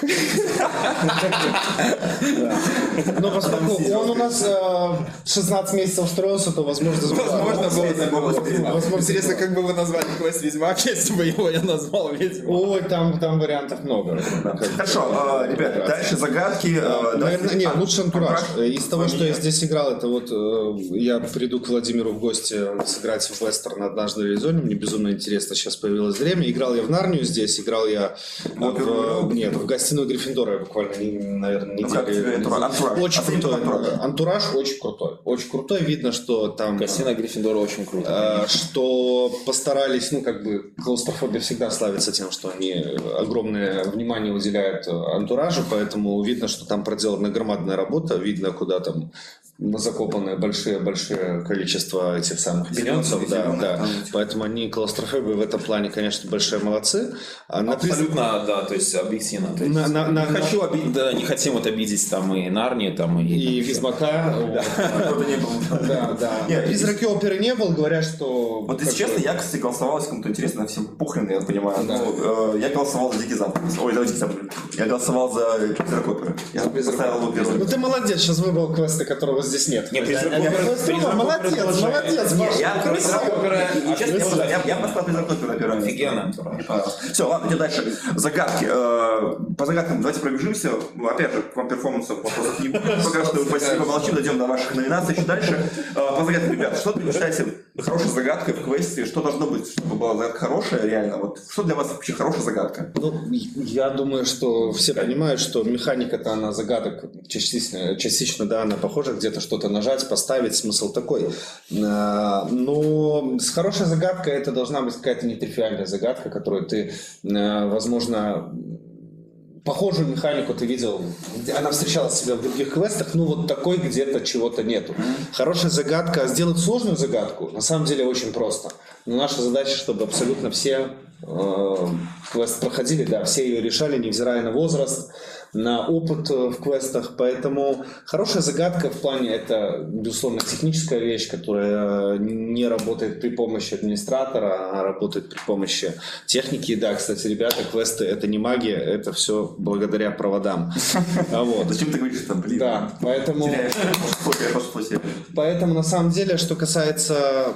Но поскольку он у нас шестнадцать месяцев строился, то возможно... Возможно, интересно, как бы вы назвали квест «Ведьмак», если бы его я назвал «Ведьмак». Ой, там вариантов много. Хорошо, ребят, дальше загадки. Наверное, нет, лучше антураж. Из того, что я здесь играл, это вот я приду к Владимиру в гости сыграть в вестерн «Однажды в Аризоне». Мне безумно интересно сейчас появилось время. Играл я в Нарнию здесь, играл я в, нет, в гостиную Гриффиндора. Я буквально, наверное, неделю. Очень крутой. Антураж очень крутой. Очень крутой. Видно, что там... Гостиная Гриффиндора очень круто. Что постарались, ну, как бы, клаустрофобия всегда славится тем, что они огромное внимание уделяют антуражу, поэтому видно, что там проделана громадная работа, видно, куда там закопаны большие-большие количество этих самых пененцев, да, да. Поэтому они клаустрофобы в этом плане, конечно, большие молодцы. А абсолютно, напис... да, то есть объективно. То есть на, на, на, не, на... хочу оби... да, не хотим вот обидеть там и Нарнию, там и... И Ведьмака. Да, да. Призраки оперы не был, говорят, что... Вот, если честно, я, кстати, голосовал, если кому-то интересно, всем похрен, я понимаю. Я голосовал за Дикий Запад. Ой, за Дикий Запад. Я голосовал за Призрак оперы. Я поставил его первым. Ну ты молодец, сейчас выбрал квесты, которого здесь нет. Не, Призрак оперы... Молодец, молодец. Я поставил Призрак оперы на первом месте. Офигенно. Все, ладно, идем дальше. Загадки. По загадкам давайте пробежимся. Опять же, к вам перформансов вопросов не будет. Пока что спасибо, молчим, дойдем до ваших номинаций. Еще дальше. По загадкам, ребят, что вы считаете хорошей загадкой в квесте? Что должно быть, чтобы была загадка хорошая, реально? Вот что для вас вообще хорошая загадка? Ну, я думаю, что все понимают, что механика-то она загадок частично, частично, да, она похожа, где-то что-то нажать, поставить, смысл такой. Но с хорошей загадкой это должна быть какая-то нетривиальная загадка, которую ты, возможно, похожую механику ты видел, она встречалась себя в других квестах, ну вот такой где-то чего-то нету. Хорошая загадка, сделать сложную загадку на самом деле очень просто. Но наша задача, чтобы абсолютно все э, квест проходили, да, все ее решали, невзирая на возраст, на опыт в квестах, поэтому хорошая загадка в плане это, безусловно, техническая вещь, которая не работает при помощи администратора, а работает при помощи техники. Да, кстати, ребята, квесты это не магия, это все благодаря проводам. Зачем ты говоришь там, блин? Да, поэтому... Поэтому, на самом деле, что касается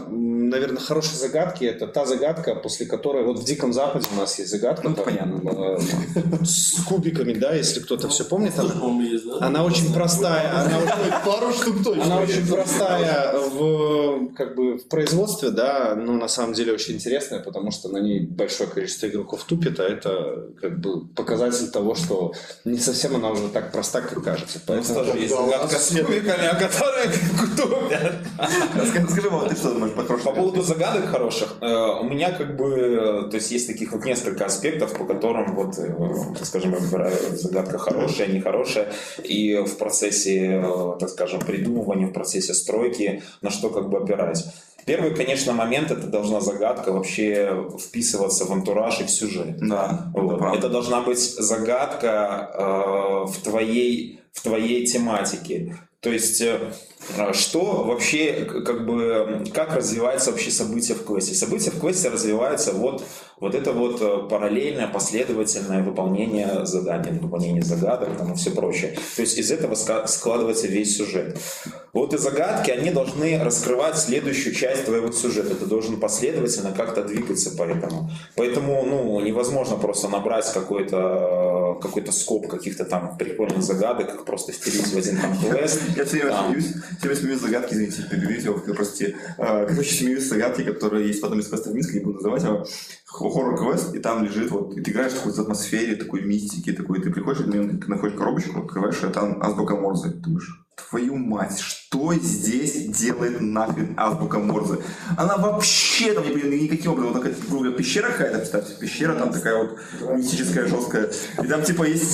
наверное, хорошие загадки. Это та загадка, после которой... Вот в Диком Западе у нас есть загадка. Ну, там, понятно. С кубиками, да, если кто-то все помнит. Она, есть, да? она очень простая. Она, Пару штук точно. она очень простая в, как бы, в производстве, да, но на самом деле очень интересная, потому что на ней большое количество игроков тупит, а это как бы показатель того, что не совсем она уже так проста, как кажется. Поэтому... Ну, тоже есть загадка с кубиками, о которой тупят. Скажи, вот ты что думаешь по хорошим? По поводу загадок хороших, э, у меня как бы, то есть есть таких вот несколько аспектов, по которым вот, э, так скажем, я выбираю загадка хорошая, нехорошая, и в процессе, э, так скажем, придумывания, в процессе стройки, на что как бы опирать. Первый, конечно, момент, это должна загадка вообще вписываться в антураж и в сюжет. Да, вот. это, это должна быть загадка э, в твоей, в твоей тематике. То есть, что вообще, как бы, как развивается вообще событие в квесте? События в квесте развиваются вот, вот это вот параллельное, последовательное выполнение заданий, выполнение загадок там, и все прочее. То есть, из этого складывается весь сюжет. Вот и загадки, они должны раскрывать следующую часть твоего сюжета. Ты должен последовательно как-то двигаться по этому. Поэтому, ну, невозможно просто набрать какой-то, какой-то скоп каких-то там прикольных загадок, их просто впилить в один там квест. Я все время смеюсь, все время смеюсь загадки, извините, перебивите, простите. Короче, смеюсь загадки, которые есть в одном из квестов Минска, не буду называть его. Хоррор-квест, и там лежит, вот, и ты играешь в какой-то атмосфере, такой мистики, такой, ты приходишь, ты находишь коробочку, открываешь, и там азбука Морзе. Ты думаешь, твою мать, что здесь делает нахрен азбука Морзе? Она вообще там не понимаю, никаким образом, вот такая грубая пещера какая-то, представьте, пещера там такая вот мистическая, жесткая, и там типа есть,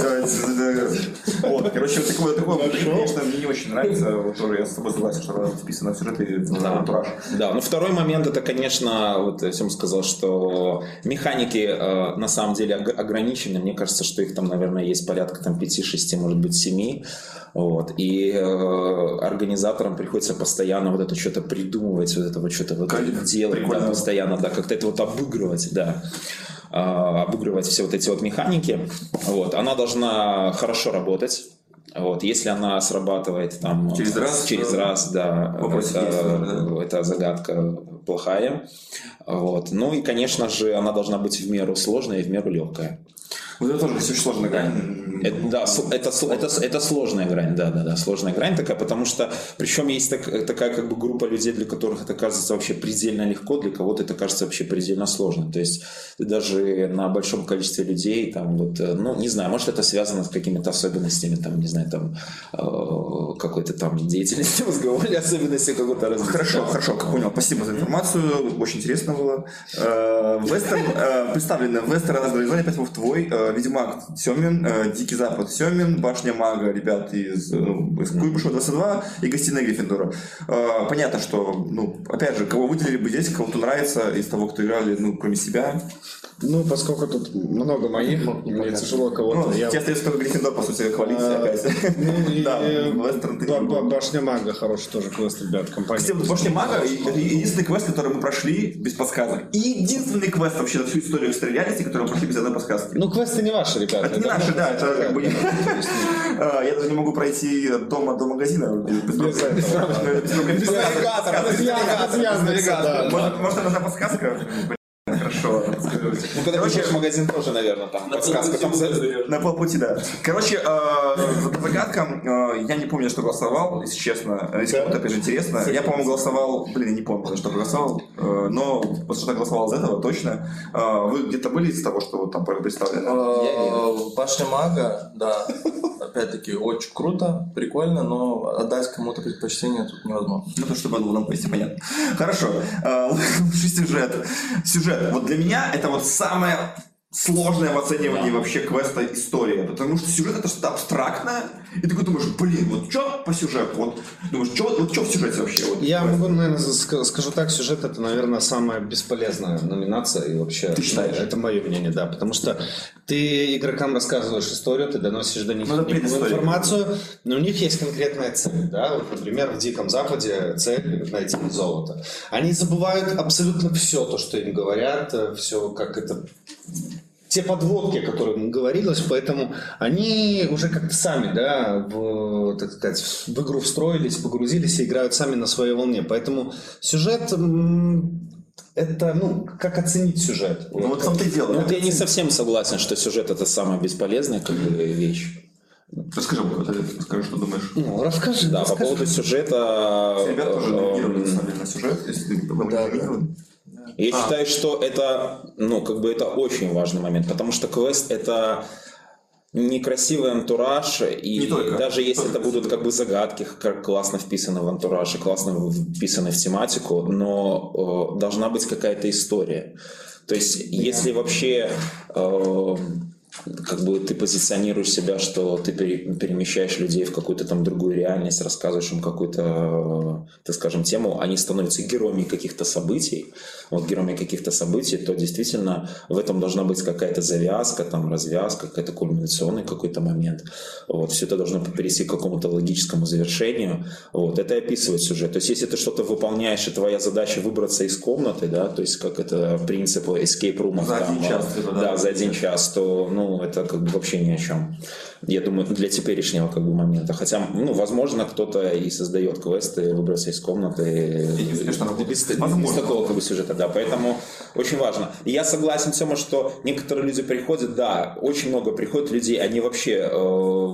вот, короче, вот такое, такое, конечно, мне не очень нравится, вот тоже я с тобой согласен, что она вписана в сюжет и в антураж. Да, ну второй момент, это, конечно, вот я всем сказал, что механики э, на самом деле ограничены. Мне кажется, что их там, наверное, есть порядка там пяти-шести, может быть, семи. Вот. И э, организаторам приходится постоянно вот это что-то придумывать, вот это вот что-то вот делать, да, постоянно, да, как-то это вот обыгрывать, да. Э, обыгрывать все вот эти вот механики. Вот. Она должна хорошо работать. Вот, если она срабатывает там через раз, через да. раз, да, это, да, это загадка плохая. Вот. Ну и, конечно же, она должна быть в меру сложная и в меру легкая. Вот это тоже очень сложная грань. Это, да, это, это, это сложная грань, да, да, да, сложная грань такая, потому что, причем есть так, такая как бы группа людей, для которых это кажется вообще предельно легко, для кого-то это кажется вообще предельно сложно. То есть даже на большом количестве людей, там вот, ну, не знаю, может это связано с какими-то особенностями, там, не знаю, там э, какой-то там деятельности мозговой, особенности какого-то развития. Хорошо, хорошо, понял. Спасибо за информацию, очень интересно было. Вестерн, представлены Вестерн, опять в твой, Ведьмак Семин, Дикий Запад Семин, Башня Мага, ребят из, ну, из Куйбышева двадцать два и Гостиная Гриффиндора. Понятно, что, ну, опять же, кого выделили бы здесь, кого-то нравится из того, кто играли, ну, кроме себя. Ну, поскольку тут много моих, мне тяжело кого-то... Ну, я... тебе остается только Гриффиндор, по сути, хвалить опять. Ну, и да, Вестерн ты не Башня Мага хороший тоже квест, ребят, компания. Кстати, Башня Мага — это единственный квест, который мы прошли без подсказок. И единственный квест вообще на всю историю экстра-реалити, который мы прошли без одной подсказки. Ну, квесты не ваши, ребята. Это не наши, да, это как бы... Я даже не могу пройти от дома до магазина без навигатора. Может, нужна подсказка? Хорошо. Ну, когда приходишь в магазин тоже, наверное, там подсказка. Там на полпути, да. Короче, по загадкам, я не помню, что голосовал, если честно. Если кому-то, опять же, интересно. Я, по-моему, голосовал... Блин, я не помню, за что голосовал. Но вот что-то голосовал за этого, точно. Вы где-то были из того, что вот там представлено? Башня Мага, да. Опять-таки, очень круто, прикольно, но отдать кому-то предпочтение тут невозможно. Ну, то, чтобы было нам пояснить, понятно. Хорошо. Сюжет. Сюжет. Вот для меня это вот самое сложное в оценивании да. вообще квеста история. Потому что сюжет это что-то абстрактное. И ты думаешь, блин, вот что по сюжету? Вот думаешь, что вот, что в сюжете вообще? Вот, Я квест? могу, наверное, скажу так, сюжет это, наверное, самая бесполезная номинация. И вообще, ты считаешь? Ну, это мое мнение, да. Потому что ты игрокам рассказываешь историю, ты доносишь до них ну, информацию, но у них есть конкретная цель. Да? Вот, например, в Диком Западе цель найти золото. Они забывают абсолютно все то, что им говорят, все как это... Те подводки, о которых говорилось, поэтому они уже как-то сами, да, в, так сказать, в игру встроились, погрузились и играют сами на своей волне. Поэтому сюжет, это, ну, как оценить сюжет? Ну, вот в том-то и дело. Ну, вот я не совсем согласен, что сюжет это самая бесполезная как бы, вещь. Расскажи, расскажи, что думаешь. Ну, расскажи. Да, расскажи. по поводу сюжета... Ребята тоже реагировали, на самом деле, на сюжет, если ты Да, да. Я А. считаю, что это, ну, как бы это очень важный момент, потому что квест это некрасивый антураж, и Не только. даже если Только это будут как бы загадки, как классно вписаны в антураж и классно вписаны в тематику, но э, должна быть какая-то история. То есть, если вообще э, как бы ты позиционируешь себя, что ты пере- перемещаешь людей в какую-то там другую реальность, рассказываешь им какую-то, так скажем, тему, они становятся героями каких-то событий, вот героями каких-то событий, то действительно в этом должна быть какая-то завязка, там развязка, какой-то кульминационный какой-то момент. Вот, все это должно перейти к какому-то логическому завершению. Вот, это и описывает сюжет. То есть, если ты что-то выполняешь, и твоя задача выбраться из комнаты, да, то есть, как это принцип escape room, За там, один час, типа, да? да, за один час, то, ну, это как бы вообще ни о чем. Я думаю, для теперешнего как бы момента. Хотя, ну, возможно, кто-то и создает квесты, выбраться из комнаты И успешно работает. без, без Возможно. такого как бы сюжета, да. Поэтому очень важно. И я согласен с тем, что некоторые люди приходят, да, очень много приходит людей, они вообще э,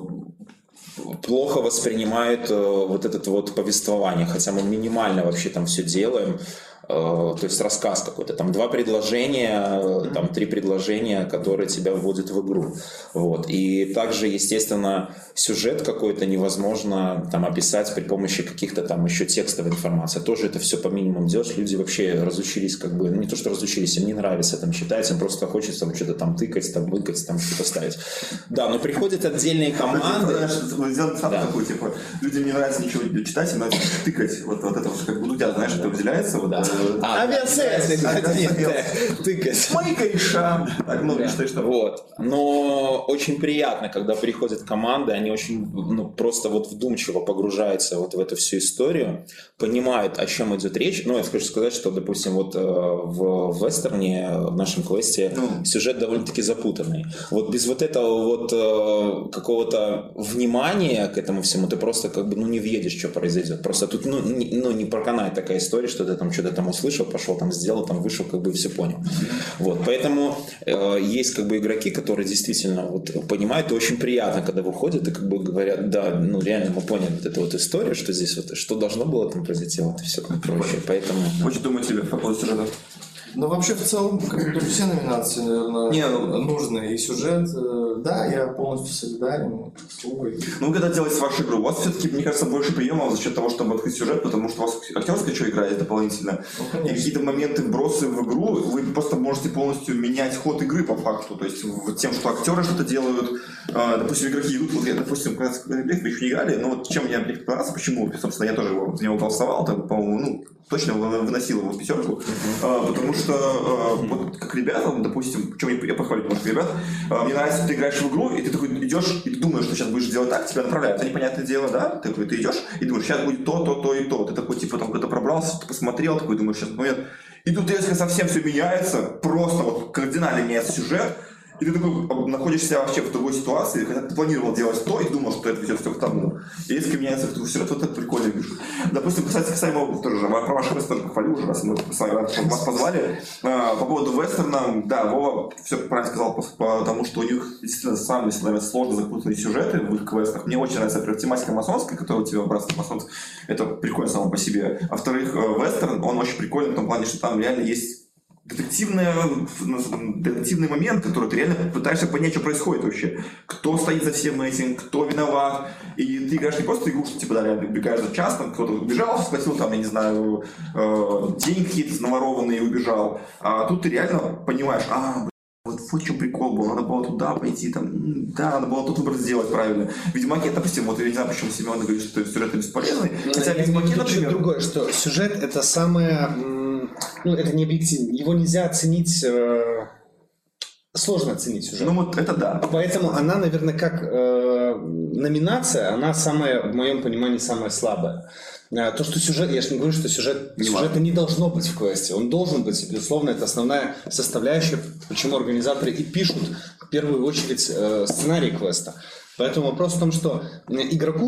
плохо воспринимают э, вот это вот повествование, хотя мы минимально вообще там все делаем. То есть рассказ какой-то, там два предложения, там три предложения, которые тебя вводят в игру. Вот. И также, естественно, сюжет какой-то невозможно там описать при помощи каких-то там еще текстовой информации. Тоже это все по минимуму делаешь. Люди вообще разучились, как бы, ну не то, что разучились, им не нравится там читать, им просто хочется там, что-то там тыкать, там выкать, там что-то ставить. Да, но приходят отдельные команды. Сделать сразу такой, типа, людям не нравится ничего читать, им нравится тыкать. Вот, вот это вот, как бы, у тебя, знаешь, это выделяется. Вот, Да. А, Авиасвязь! тыкать. Мои кореша. Так, ну, Да. считай, что... Вот. Но очень приятно, когда приходят команды, они очень ну, просто вот вдумчиво погружаются вот в эту всю историю, понимают, о чем идет речь. Ну, я хочу сказать, что, допустим, вот э, в вестерне, в нашем квесте, Ну. сюжет довольно-таки запутанный. Вот без вот этого вот э, какого-то внимания к этому всему ты просто как бы ну, не въедешь, что произойдет. Просто тут ну, не, ну, не проканает такая история, что ты там что-то там услышал, пошел там сделал, там вышел, как бы все понял. Вот, поэтому э, есть как бы игроки, которые действительно вот понимают, и очень приятно, когда выходят и как бы говорят, да, ну реально мы поняли вот эту вот историю, что здесь вот, что должно было там произойти, вот и все там прочее, поэтому... Очень думаю тебе по поводу сюжета. Ну, вообще, в целом, как бы все номинации, наверное, Не, ну- нужны. И сюжет, э, да, я полностью солидарен с Тувой. Ну, когда делаете вашу игру, у вас все-таки, мне кажется, больше приемов за счет того, чтобы открыть сюжет, потому что у вас актерское что играет дополнительно. Ну, И конечно. какие-то моменты, вбросы в игру, вы просто можете полностью менять ход игры по факту. То есть вот тем, что актеры что-то делают, э, допустим, игроки идут, вот я, допустим, когда в Блиц вы еще не играли, но вот чем я Блиц понравился, почему, собственно, я тоже его, за него голосовал, там, по-моему, ну, точно выносил его в пятерку, а, потому что а, вот как ребята, допустим, чем я похвалю, потому что ребят, а, мне нравится, ты играешь в игру, и ты такой идешь, и ты думаешь, что сейчас будешь делать так, тебя направляют, это непонятное дело, да, ты, такой, ты идешь и думаешь, сейчас будет то, то, то и то, ты такой, типа, там куда-то пробрался, ты посмотрел, такой, думаешь, сейчас момент, и тут резко совсем все меняется, просто вот кардинально меняется сюжет, и ты такой находишься вообще в другой ситуации, когда ты планировал делать то и думал, что это ведет все к тому. И резко меняется все равно, вот это прикольно вижу. Допустим, кстати, касаемо тоже, про ваш вестерн тоже похвалю уже, раз мы с вами вас позвали. А, по поводу вестерна, да, Вова все правильно сказал, потому что у них действительно сами, наверное, сложно запутанные сюжеты в их квестах. Мне очень нравится, например, тематика масонская, которая у тебя братство масонское. Это прикольно само по себе. А во-вторых, вестерн, он очень прикольный в том плане, что там реально есть детективный, детективный момент, который ты реально пытаешься понять, что происходит вообще. Кто стоит за всем этим, кто виноват. И ты играешь не просто игру, что типа, да, реально убегаешь за час, там кто-то убежал, схватил там, я не знаю, э, деньги какие-то наворованные и убежал. А тут ты реально понимаешь, а, вот, вот в чем прикол был, надо было туда пойти, там, да, надо было тут выбор сделать правильно. В Ведьмаке, допустим, вот я не знаю, почему Семен говорит, что сюжет бесполезный. Хотя в Ведьмаке, например... Другое, что сюжет это самое, ну это не объективно, его нельзя оценить, э, сложно оценить сюжет. Ну вот это да. Поэтому она, наверное, как э, номинация, она самая, в моем понимании, самая слабая. То, что сюжет, я же не говорю, что сюжет, Не сюжета не должно быть в квесте. Он должен быть, безусловно, это основная составляющая, почему организаторы и пишут в первую очередь э, сценарий квеста. Поэтому вопрос в том, что игроку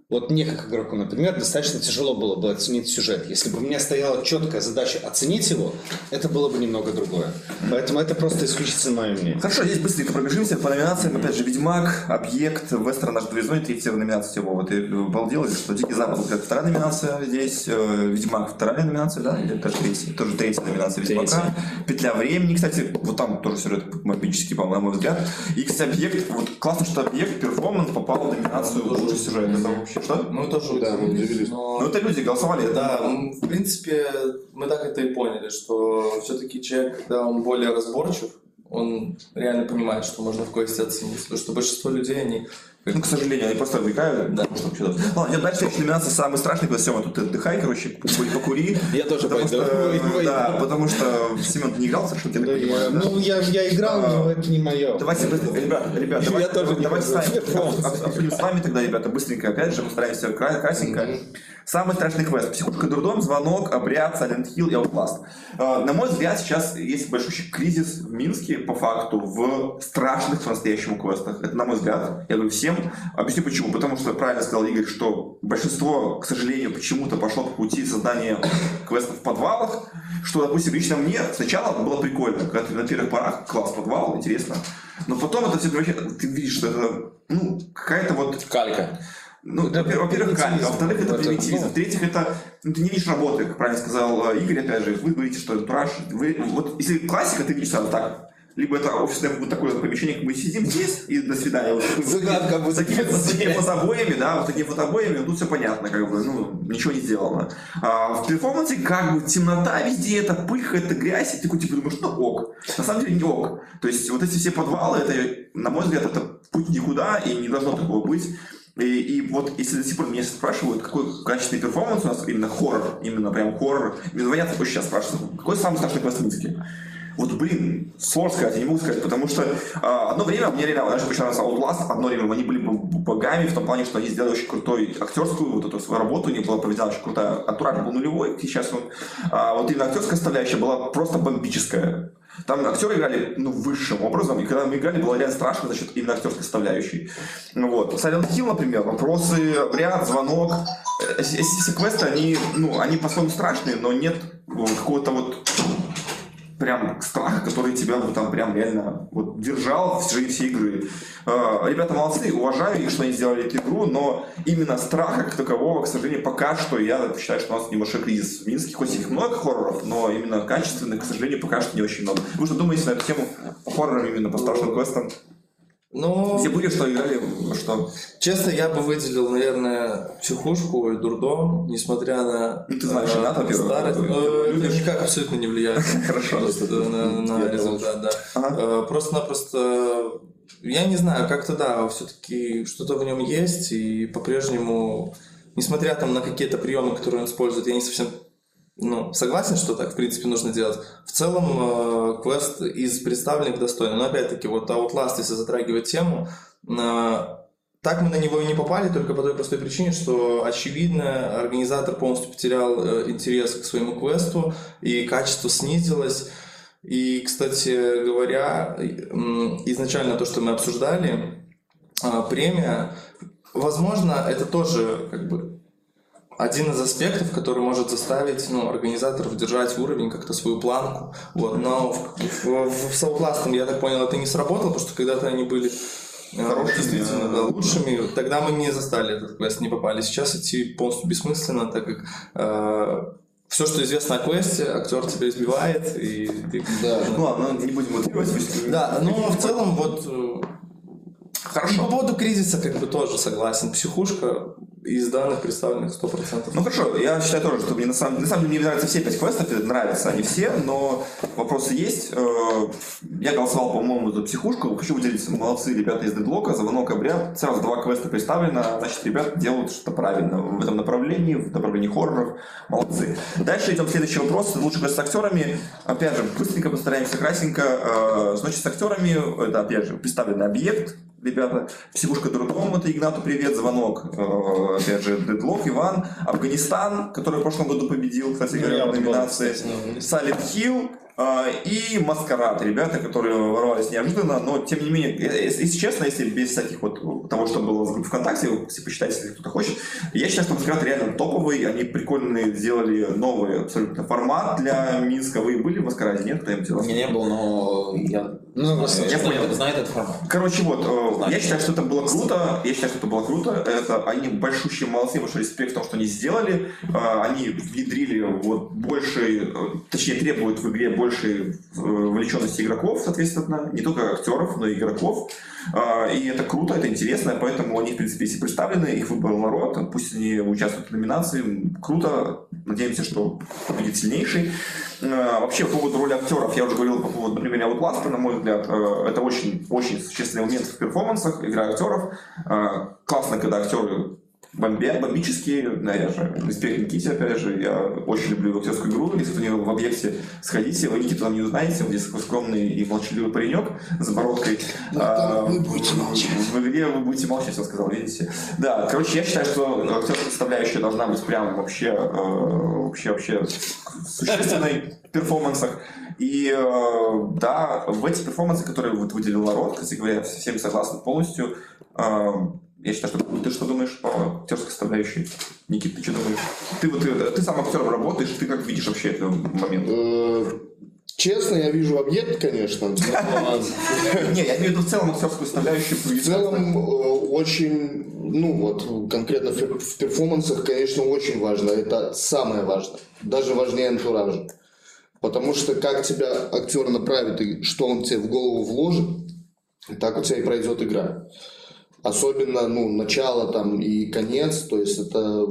Вот мне, как игроку, например, достаточно тяжело было бы оценить сюжет. Если бы у меня стояла четкая задача оценить его, это было бы немного другое. Поэтому это просто исключительно мое мнение. Хорошо, здесь быстренько пробежимся по номинациям. Опять же, «Ведьмак», «Объект», «Вестерн» наш две третья номинация всего. Вот и обалдел, что «Дикий Запад» как вторая номинация здесь, «Ведьмак» вторая номинация, да, или даже третья? Тоже третья номинация «Ведьмака». «Петля времени», кстати, вот там тоже сюжет мопический, по-моему, на мой взгляд. И, кстати, «Объект», вот классно, что «Объект», перформанс попал в номинацию «Лучший сюжет». Это вообще что? Мы тоже да, мы удивились. Но... Ну, это люди голосовали. Да, это... в принципе, мы так это и поняли, что все-таки человек, когда он более разборчив, он реально понимает, что можно в квесте оценить. Потому что большинство людей, они... Ну, к сожалению, они просто отвлекают. Да. Что вообще... Ладно, дальше следующая номинация самый страшный, когда Сема тут отдыхай, короче, покури. Я тоже потому пойду. Что, да, потому что Семен не играл, что я так понимаю. Да? Ну, я, я играл, а, но это не мое. Давайте, ребят, ребят я давайте, тоже давайте с вами обсудим с вами тогда, ребята, быстренько, опять же, постараемся красненько. Mm-hmm. Самый страшный квест. «Психушка Дурдом», «Звонок», «Обряд», «Silent Hill» и «Outlast». На мой взгляд, сейчас есть большущий кризис в Минске, по факту, в страшных по-настоящему квестах. Это на мой взгляд. Я говорю всем. Объясню почему. Потому что, правильно сказал Игорь, что большинство, к сожалению, почему-то пошло по пути создания квестов в подвалах, что, допустим, лично мне сначала было прикольно, когда ты на первых порах, класс, подвал, интересно. Но потом это все превращается, ты видишь, что это, ну, какая-то вот... Калька. Ну, да, во-первых, калька, во-вторых, это примитивизм, в-третьих, это ну, ты не видишь работы, как правильно сказал Игорь, опять же, вы говорите, что антураж, вы, вот если классика, ты видишь сразу так, либо это офисное вот такое помещение, как мы сидим здесь, и до свидания. Вот, Загадка будет. С такими, с такими фотобоями, да, вот такими фотобоями, тут все понятно, как бы, ну, ничего не сделано. А в перформансе как бы темнота везде, это пыль, это грязь, и ты такой типа думаешь, ну ок. На самом деле не ок. То есть вот эти все подвалы, это, на мой взгляд, это путь никуда, и не должно такого быть. И, и вот если до сих пор меня спрашивают, какой качественный перформанс у нас, именно хоррор, именно прям хоррор, мне звонят такой сейчас спрашивают, какой самый страшный квест в Минске? Вот, блин, сложно сказать, я не могу сказать, потому что а, одно время мне реально, раньше почему-то Outlast, одно время они были богами в том плане, что они сделали очень крутой актерскую вот эту свою работу, у них была проведена очень крутая, антураж был нулевой, сейчас он, а, вот именно актерская составляющая была просто бомбическая. Там актеры играли, ну, высшим образом, и когда мы играли, было реально страшно за счет именно актерской составляющей. Вот. Silent Hill, например, вопросы, обряд, звонок, эти все квесты, они, ну, они по-своему страшные, но нет какого-то вот прям страха, который тебя ну, там прям реально вот, держал в течение всей игры. Э, ребята молодцы, уважаю их, что они сделали эту игру, но именно страха как такового, к сожалению, пока что я считаю, что у нас небольшой кризис в Минске. Хоть их много хорроров, но именно качественных, к сожалению, пока что не очень много. Вы что думаете на эту тему хоррором именно по страшным квестам? Ну, где были, что играли, что? Честно, я бы выделил, наверное, «Психушку» и «Дурдом», несмотря на... Ну, ты знаешь, э, да, во-первых? Старость. Это никак абсолютно не влияет. Хорошо. На результат, да. Просто-напросто, я не знаю, как-то, да, все-таки что-то в нем есть, и по-прежнему, несмотря там на какие-то приемы, которые он использует, я не совсем... Ну, согласен, что так, в принципе, нужно делать. В целом, э, квест из представленных достойный. Но, опять-таки, вот Outlast, если затрагивать тему, э, так мы на него и не попали, только по той простой причине, что, очевидно, организатор полностью потерял э, интерес к своему квесту, и качество снизилось. И, кстати говоря, э, изначально то, что мы обсуждали, э, премия, возможно, это тоже, как бы, один из аспектов, который может заставить ну, организаторов держать уровень, как-то свою планку. Вот. Но в, в, в, с Outlast, я так понял, это не сработало, потому что когда-то они были хорошими, действительно да, лучшими. Тогда мы не застали этот квест, не попали. Сейчас идти полностью бессмысленно, так как э, все, что известно о квесте, актер тебя избивает. И ты, да. Ну ладно, не будем мотивировать. Да, но в целом вот... Хорошо. По поводу кризиса как бы тоже согласен. «Психушка» из данных представленных сто процентов. Ну хорошо, я считаю тоже, что мне на самом, на самом деле мне нравятся все пять квестов, нравятся они все, но вопросы есть. Я голосовал, по-моему, за «Психушку». Хочу выделить, молодцы ребята из Дедлока, «Звонок», «Обряд». Сразу два квеста представлено, значит, ребята делают что-то правильно в этом направлении, в направлении хорроров. Молодцы. Дальше идем к следующему вопросу. Лучший квест с актерами. Опять же, быстренько постараемся, красненько. Значит, с актерами, это, опять же, представленный «Объект». Ребята, «Психушка Дурдом», это Игнату привет, «Звонок», э, опять же, Дедлок, Иван, «Афганистан», который в прошлом году победил, кстати говоря, в номинации, «Silent Hill», И Маскарад, ребята, которые ворвались неожиданно, но тем не менее, если честно, если без всяких вот того, что было в группе ВКонтакте, если почитать, если кто-то хочет, я считаю, что Маскарад реально топовый, они прикольные, сделали новый абсолютно формат для Минска. Вы были в Маскараде, нет? Я не был, но я, ну, знаю, я знаю, знаю этот формат. Короче, вот, знаю. Я считаю, что это было круто, я считаю, что это было круто, это, они большущие молодцы, большой респект в том, что они сделали, они внедрили вот больше, точнее требуют в игре больше большей вовлеченности игроков, соответственно, не только актеров, но и игроков. И это круто, это интересно, поэтому они, в принципе, если представлены, их выбрал народ, пусть они участвуют в номинации, круто, надеемся, что победит сильнейший. Вообще, по поводу роли актеров, я уже говорил по поводу, например, Outlast, на мой взгляд, это очень, очень существенный момент в перформансах, игра актеров. Классно, когда актеры бомбят, бомбические, я же респект Никите, опять же, я очень люблю актерскую игру, если вы в объекте сходите, вы Никиту там не узнаете, он здесь такой скромный и молчаливый паренек с бородкой. А, вы будете молчать. В игре вы будете молчать, он сказал, видите. Да, короче, я считаю, что актерская составляющая должна быть прям вообще, вообще, вообще существенной в перформансах. И да, в эти перформансы, которые вот выделил народ, кстати говоря, со всеми согласен полностью. Я считаю, что ты что думаешь по актерской составляющей? Никит, ты что думаешь? Ты, вот, ты, ты сам актером работаешь, ты как видишь вообще этот момент? Честно, я вижу объект, конечно. Не, я имею в виду в целом актерскую составляющую. В целом очень, ну вот, конкретно в перформансах, конечно, очень важно. Это самое важное. Даже важнее антуража. Потому что как тебя актер направит и что он тебе в голову вложит, так у тебя и пройдет игра. Особенно, ну, начало там и конец, то есть это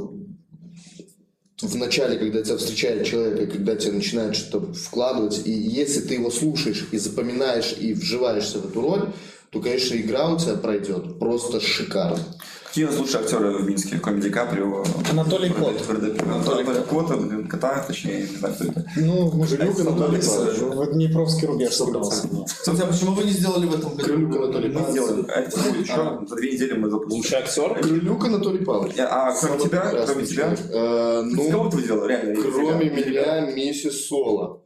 в начале, когда тебя встречает человек, и когда тебе начинают что-то вкладывать, и если ты его слушаешь и запоминаешь, и вживаешься в эту роль, то, конечно, игра у тебя пройдет просто шикарно. Какие у нас лучшие актеры в Минске? Кроме Ди Каприо? Анатолий Кот. Анатолий Кот, Кота, точнее, не знаю, кто это. Ну, Крылюк Анатолий Павлович. В Днепровский рубеж сыгрался. Кстати, а почему вы не сделали в этом году? Крылюк Анатолий Мы сделаем. А это будет еще за две недели мы запустим. Лучший актер? Крылюк Анатолий Павлович. А кроме тебя? Кроме тебя? Ну, кого ты делал, реально? Кроме меня, миссис Соло.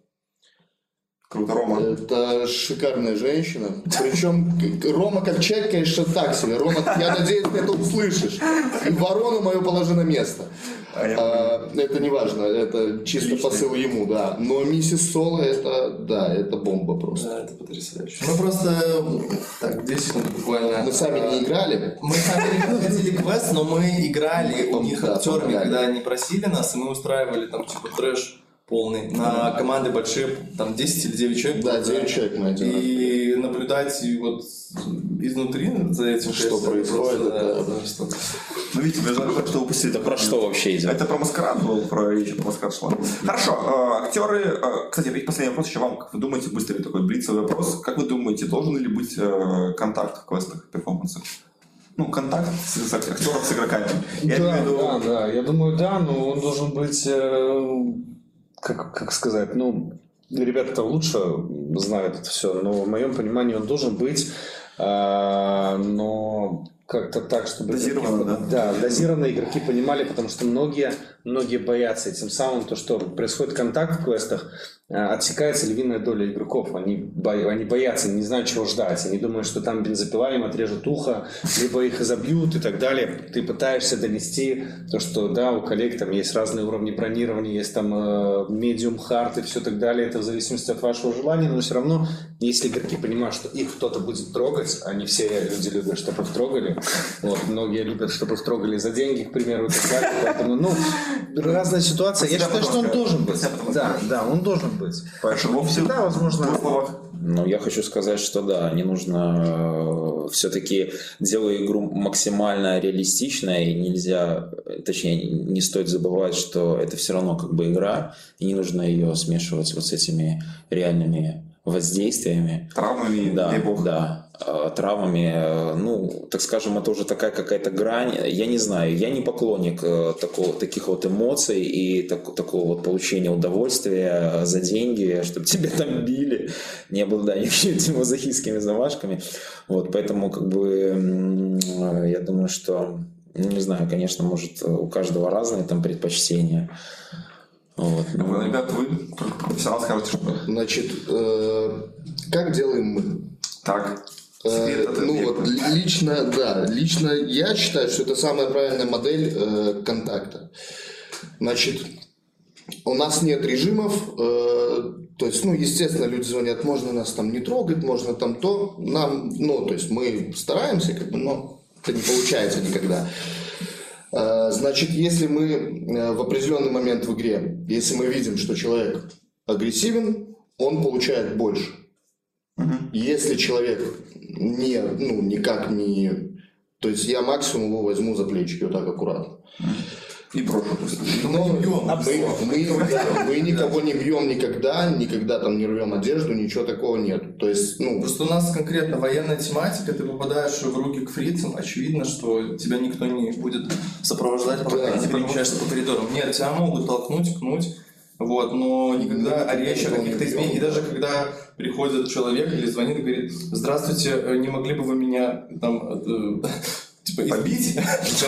Круто, Рома. Это шикарная женщина. Причем Рома как человек, конечно, так себе. Рома, я надеюсь, ты это услышишь. И ворону мою положи на место. А а, это не важно, это чисто Лично. Посыл ему, да. Но миссис Соло, это, да, это бомба просто. Да, это потрясающе. Мы просто, так, две секунды буквально. Мы сами не играли. Мы сами не проходили квест, но мы играли у них актерами, когда они просили нас, и мы устраивали там типа трэш полный. На команды большие, там десять или девять человек. Да, девять человек мы один. И наблюдать вот изнутри за этим, что происходит. Просто, да, да, да. что... Ну, видите, мы жаль, что упустили. Это про что вообще идет? Это про Маскарад был, про речь про Маскарад шла. Хорошо, э, актеры... Э, кстати, последний вопрос еще вам. Как вы думаете, быстрый такой блицевый вопрос. Как вы думаете, должен ли быть э, контакт в квестах, перформансах? Ну, контакт с, с актером, с игроками. Я да, виду... да, да. Я думаю, да, но он должен быть... Э, как, как сказать, ну, ребята-то лучше знают это все, но в моем понимании он должен быть, э, но как-то так, чтобы... Дозированно, игроки, да? Да, дозированно игроки понимали, потому что многие, многие боятся, и тем самым то, что происходит контакт в квестах, отсекается львиная доля игроков. Они, бо... они боятся, не знают, чего ждать. Они думают, что там бензопила им отрежет ухо, либо их изобьют и так далее. Ты пытаешься донести то, что да, у коллег там есть разные уровни бронирования, есть там medium, hard и все так далее. Это в зависимости от вашего желания, но все равно, если игроки понимают, что их кто-то будет трогать, а не все люди любят, чтобы их трогали. Вот, многие любят, чтобы их трогали за деньги, к примеру, и так далее. Поэтому, ну, разная ситуация. Я считаю, что он должен быть. Да, да, он должен быть. Поэтому всегда возможно... Ну, я хочу сказать, что да, не нужно все-таки делать игру максимально реалистичной, и нельзя, точнее, не стоит забывать, что это все равно как бы игра, и не нужно ее смешивать вот с этими реальными воздействиями. Травмами, да, дай бог. Да, травмами, ну, так скажем, это уже такая какая-то грань. Я не знаю, я не поклонник такого, таких вот эмоций и так, такого вот получения удовольствия за деньги, чтобы тебя там били, не обладая этими мазохистскими замашками. Вот, поэтому, как бы, я думаю, что, ну, не знаю, конечно, может, у каждого разные там предпочтения. Вот. Ну, ребята, вы профессионал скажете, что... Значит, э, как делаем мы? Так. Э, ну вот лично, да, лично я считаю, что это самая правильная модель э, контакта. Значит, у нас нет режимов, э, то есть, ну, естественно, люди звонят, можно нас там не трогать, можно там то, нам, ну, то есть мы стараемся, как бы, но это не получается никогда. Э, значит, если мы в определенный момент в игре, если мы видим, что человек агрессивен, он получает больше. Uh-huh. Если человек не, ну, никак не... То есть я максимум его возьму за плечики, вот так аккуратно. И брошу. Но мы, мы, да, мы никого не бьем никогда, никогда там не рвем одежду, ничего такого нет. То есть, ну... Просто у нас конкретно военная тематика, ты попадаешь в руки к фрицам, очевидно, что тебя никто не будет сопровождать, пока да, ты перемещаешься по коридорам. Нет, тебя могут толкнуть, кнуть. Вот, но никогда о речи о каких-то изменениях. И даже когда приходит человек или звонит и говорит: здравствуйте, не могли бы вы меня там э, типа избить?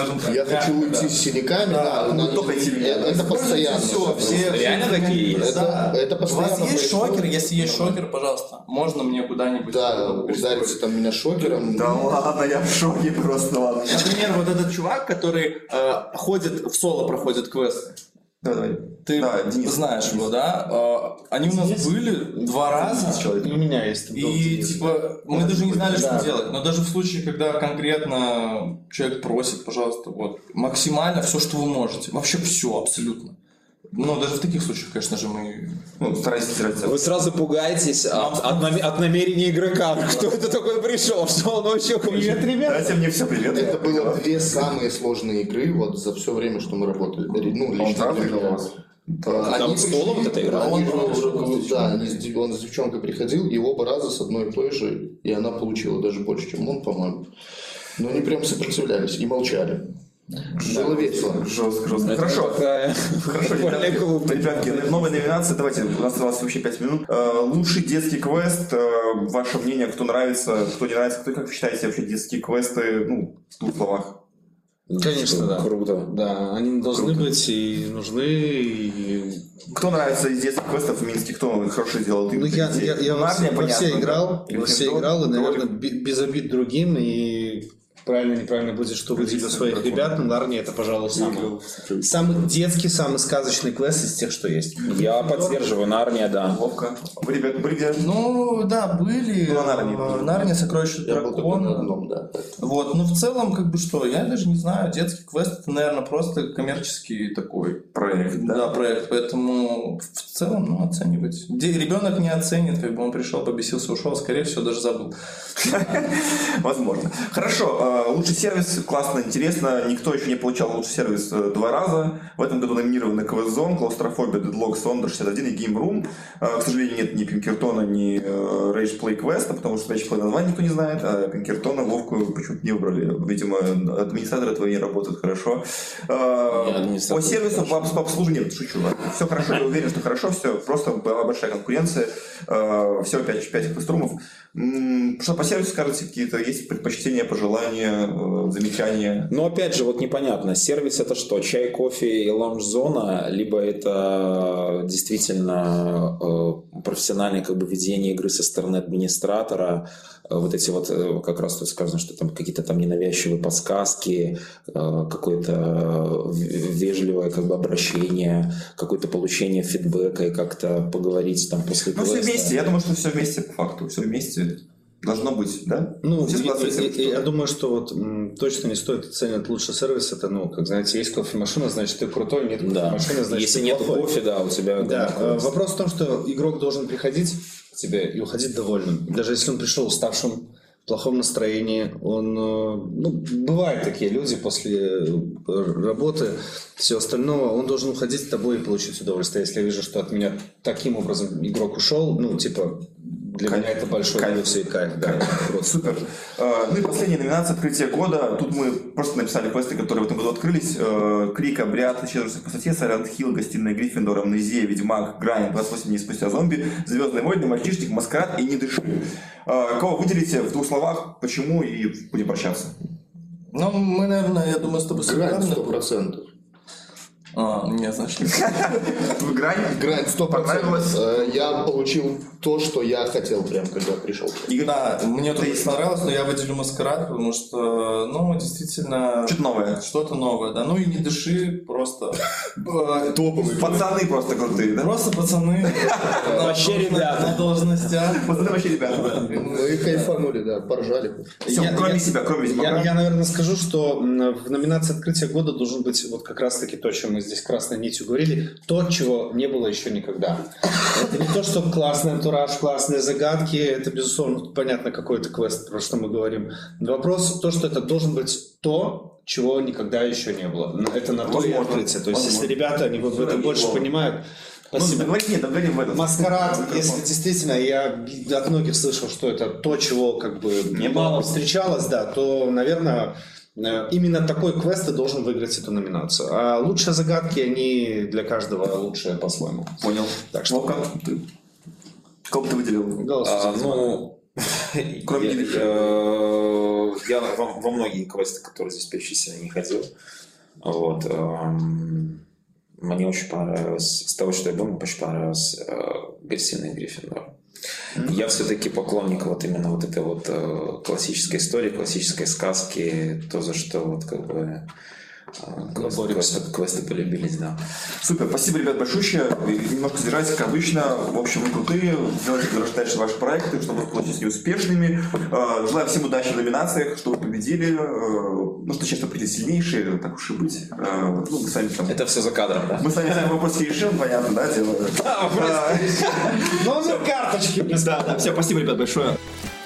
Я хочу уйти с синяками, да, да, ну только эти это постоянно. Все, все, реально такие есть? Это, это постоянно. У вас есть шокер? Если есть шокер, пожалуйста, можно мне куда-нибудь? Да, удариться там меня шокером. Да ладно, я в шоке просто, ладно. Например, вот этот чувак, который э, ходит в соло, проходит квесты. Давай, давай. Ты да, Денис. знаешь его, да? Они у нас есть? Были два раза. У меня есть. И типа мы даже не знали, что делать. Но даже в случае, когда конкретно человек просит, пожалуйста, вот максимально все, что вы можете. Вообще все, абсолютно. Но даже в таких случаях, конечно же, мы ну, стараетесь держаться. Вы сразу пугаетесь от, от, нам, от намерений игрока. Кто это такой пришел? Что он вообще хочет? Привет, ребят. Дайте мне все привет. Это было две самые сложные игры вот за все время, что мы работали. Ну, лично для меня. Да, там с Толом вот эта игра? Они, да, они с, он с девчонкой приходил, и оба раза с одной и той же, и она получила даже больше, чем он, по-моему. Но они прям сопротивлялись и молчали. Было весело. Жестко, жестко. Это Хорошо. Такая... Хорошо, ребятки. Ребятки, новая номинация. Давайте, у нас осталось вообще пять минут. Лучший детский квест. Ваше мнение, кто нравится, кто не нравится. Кто, как вы считаете, вообще детские квесты, ну, в двух словах? Конечно, да. Круто. Да, они должны Круто. быть и нужны. И... Кто нравится из детских квестов в Минске? Кто хорошо сделал? Ну, я, я, я во все, во все играл, да? во все играл, и, наверное, без обид другим, и правильно, неправильно будет, что выделю своих ребят, но Нарния это, пожалуй, самый, самый детский, самый сказочный квест из тех, что есть. Я поддерживаю, Нарния, да. Вовка. Вы, ребят, были где? Ну, да, были. Ну, Нарния. Нарния, Сокровище Дракона. Да. Вот, ну в целом, как бы что, я даже не знаю, детский квест это, наверное, просто коммерческий такой проект, да? Да, проект, поэтому в целом, ну, оценивать. Где ребенок не оценит, как бы он пришел, побесился, ушел, скорее всего, даже забыл. Возможно. Хорошо, лучший сервис, классно, интересно. Никто еще не получал лучший сервис два раза. В этом году номинированы Квест-Зон, Клаустрофобия, Deadlock, Sondra шестьдесят один и Game Room. К сожалению, нет ни Пинкертона, ни Rage Play Quest, потому что Rage Play название никто не знает, а Пинкертона, Вовку почему-то не выбрали. Видимо, администраторы твои не работают хорошо. По сервису, по, по обслуживанию, нет, шучу. Все хорошо, я уверен, что хорошо, все, просто была большая конкуренция. Всего пять, пять квеструмов. Что по сервису, скажете, какие-то есть предпочтения, пожелания, замечания? Ну, опять же, вот непонятно, сервис это что, чай, кофе и лаунж-зона, либо это действительно э, профессиональное как бы ведение игры со стороны администратора, э, вот эти вот, э, как раз тут сказано, что там какие-то там ненавязчивые подсказки, э, какое-то вежливое как бы обращение, какое-то получение фидбэка и как-то поговорить там после Ну, квеста. все вместе, я думаю, что все вместе по факту, все вместе. Должно быть, да? Ну, Все и, и, и, я думаю, что вот м, точно не стоит оценивать лучший сервис. Это, ну, как знаете, есть кофемашина, значит, ты крутой, нет Да. кофемашины, значит, Если ты нет плохой. кофе, да, у тебя... Да, э, вопрос в том, что игрок должен приходить к тебе и уходить довольным. Даже если он пришел уставшим, в плохом настроении, он... э, ну, бывают такие люди после работы, все остальное, он должен уходить с тобой и получить удовольствие. Если я вижу, что от меня таким образом игрок ушел, ну, типа... Для кайф. меня это большой Кайф. плюс и кайф, да. Кайф. Супер. Ну и последняя номинация «Открытие года». Тут мы просто написали квесты, которые в этом году открылись. Крик, Обряд, Исчезнувший в пустоте, Silent Hill, Гостиная Гриффиндор, Амнезия, Ведьмак, Грайн, двадцать восемь дней спустя зомби, Звездные войны, Мальчишник, Маскарад и Не дыши. Кого выделите в двух словах, почему, и будем прощаться. Ну, мы, наверное, я думаю, с тобой Грань солидарны. сто процентов. А, не, значит, В грань? Грань сто процентов. Я получил то, что я хотел прям, когда пришел. Да, мне тоже понравилось, но я выделю «Маскарад», потому что, ну, действительно... Что-то новое. Что-то новое, да. Ну и «Не дыши», просто... Топовый. Пацаны просто крутые, да? Просто пацаны. Вообще ребята. На должностях. Пацаны вообще ребята. Мы кайфанули, да, поржали. Все, Я- кроме я- себя, кроме себя. Я, я, наверное, скажу, что м, в номинации «Открытие года» должен быть вот как раз-таки то, о чем мы здесь красной нитью говорили, то, чего не было еще никогда. Это не то, что классный антураж, классные загадки, это, безусловно, понятно, какой это квест, про что мы говорим. Вопрос то, что это должен быть то, чего никогда еще не было. Это на то и Возможно. открытие. То есть, Возможно. если ребята они вот в этом больше понимают... Ну, Спасибо. договорить нет, договорим в этом. Маскарад, если действительно, я от многих слышал, что это то, чего как бы Не мало было. встречалось, да, то, наверное, э, именно такой квест и должен выиграть эту номинацию. А лучшие загадки, они для каждого лучшие по-своему. Понял. Так что- Вовка, ты? Кого бы ты выделил? Голос А, за- ну, Кроме я, Димитрия. э, я во, во многие квесты, которые здесь перечислены, не ходил. Вот. эм, Мне очень понравилось, с того, что я думал, очень понравилось э, «Гостиная Гриффиндор». Я все-таки поклонник вот именно вот этой вот э, классической истории, классической сказки, то, за что вот как бы э, квесты, квесты, квесты полюбились, да. Супер, спасибо, ребят, большущее. И немножко задержались, как обычно. В общем, вы крутые. Делайте дальше ваши проекты, чтобы получились успешными. Э, Желаю всем удачи в номинациях, чтобы вы победили. Э, Ну, что честно, победили сильнейшие, так уж и быть. Э, Ну, мы с вами там... Это все за кадром, да? Мы с вами вопросы решим, понятно, да, дело? Номер карточки. Да, все, спасибо, ребят, большое.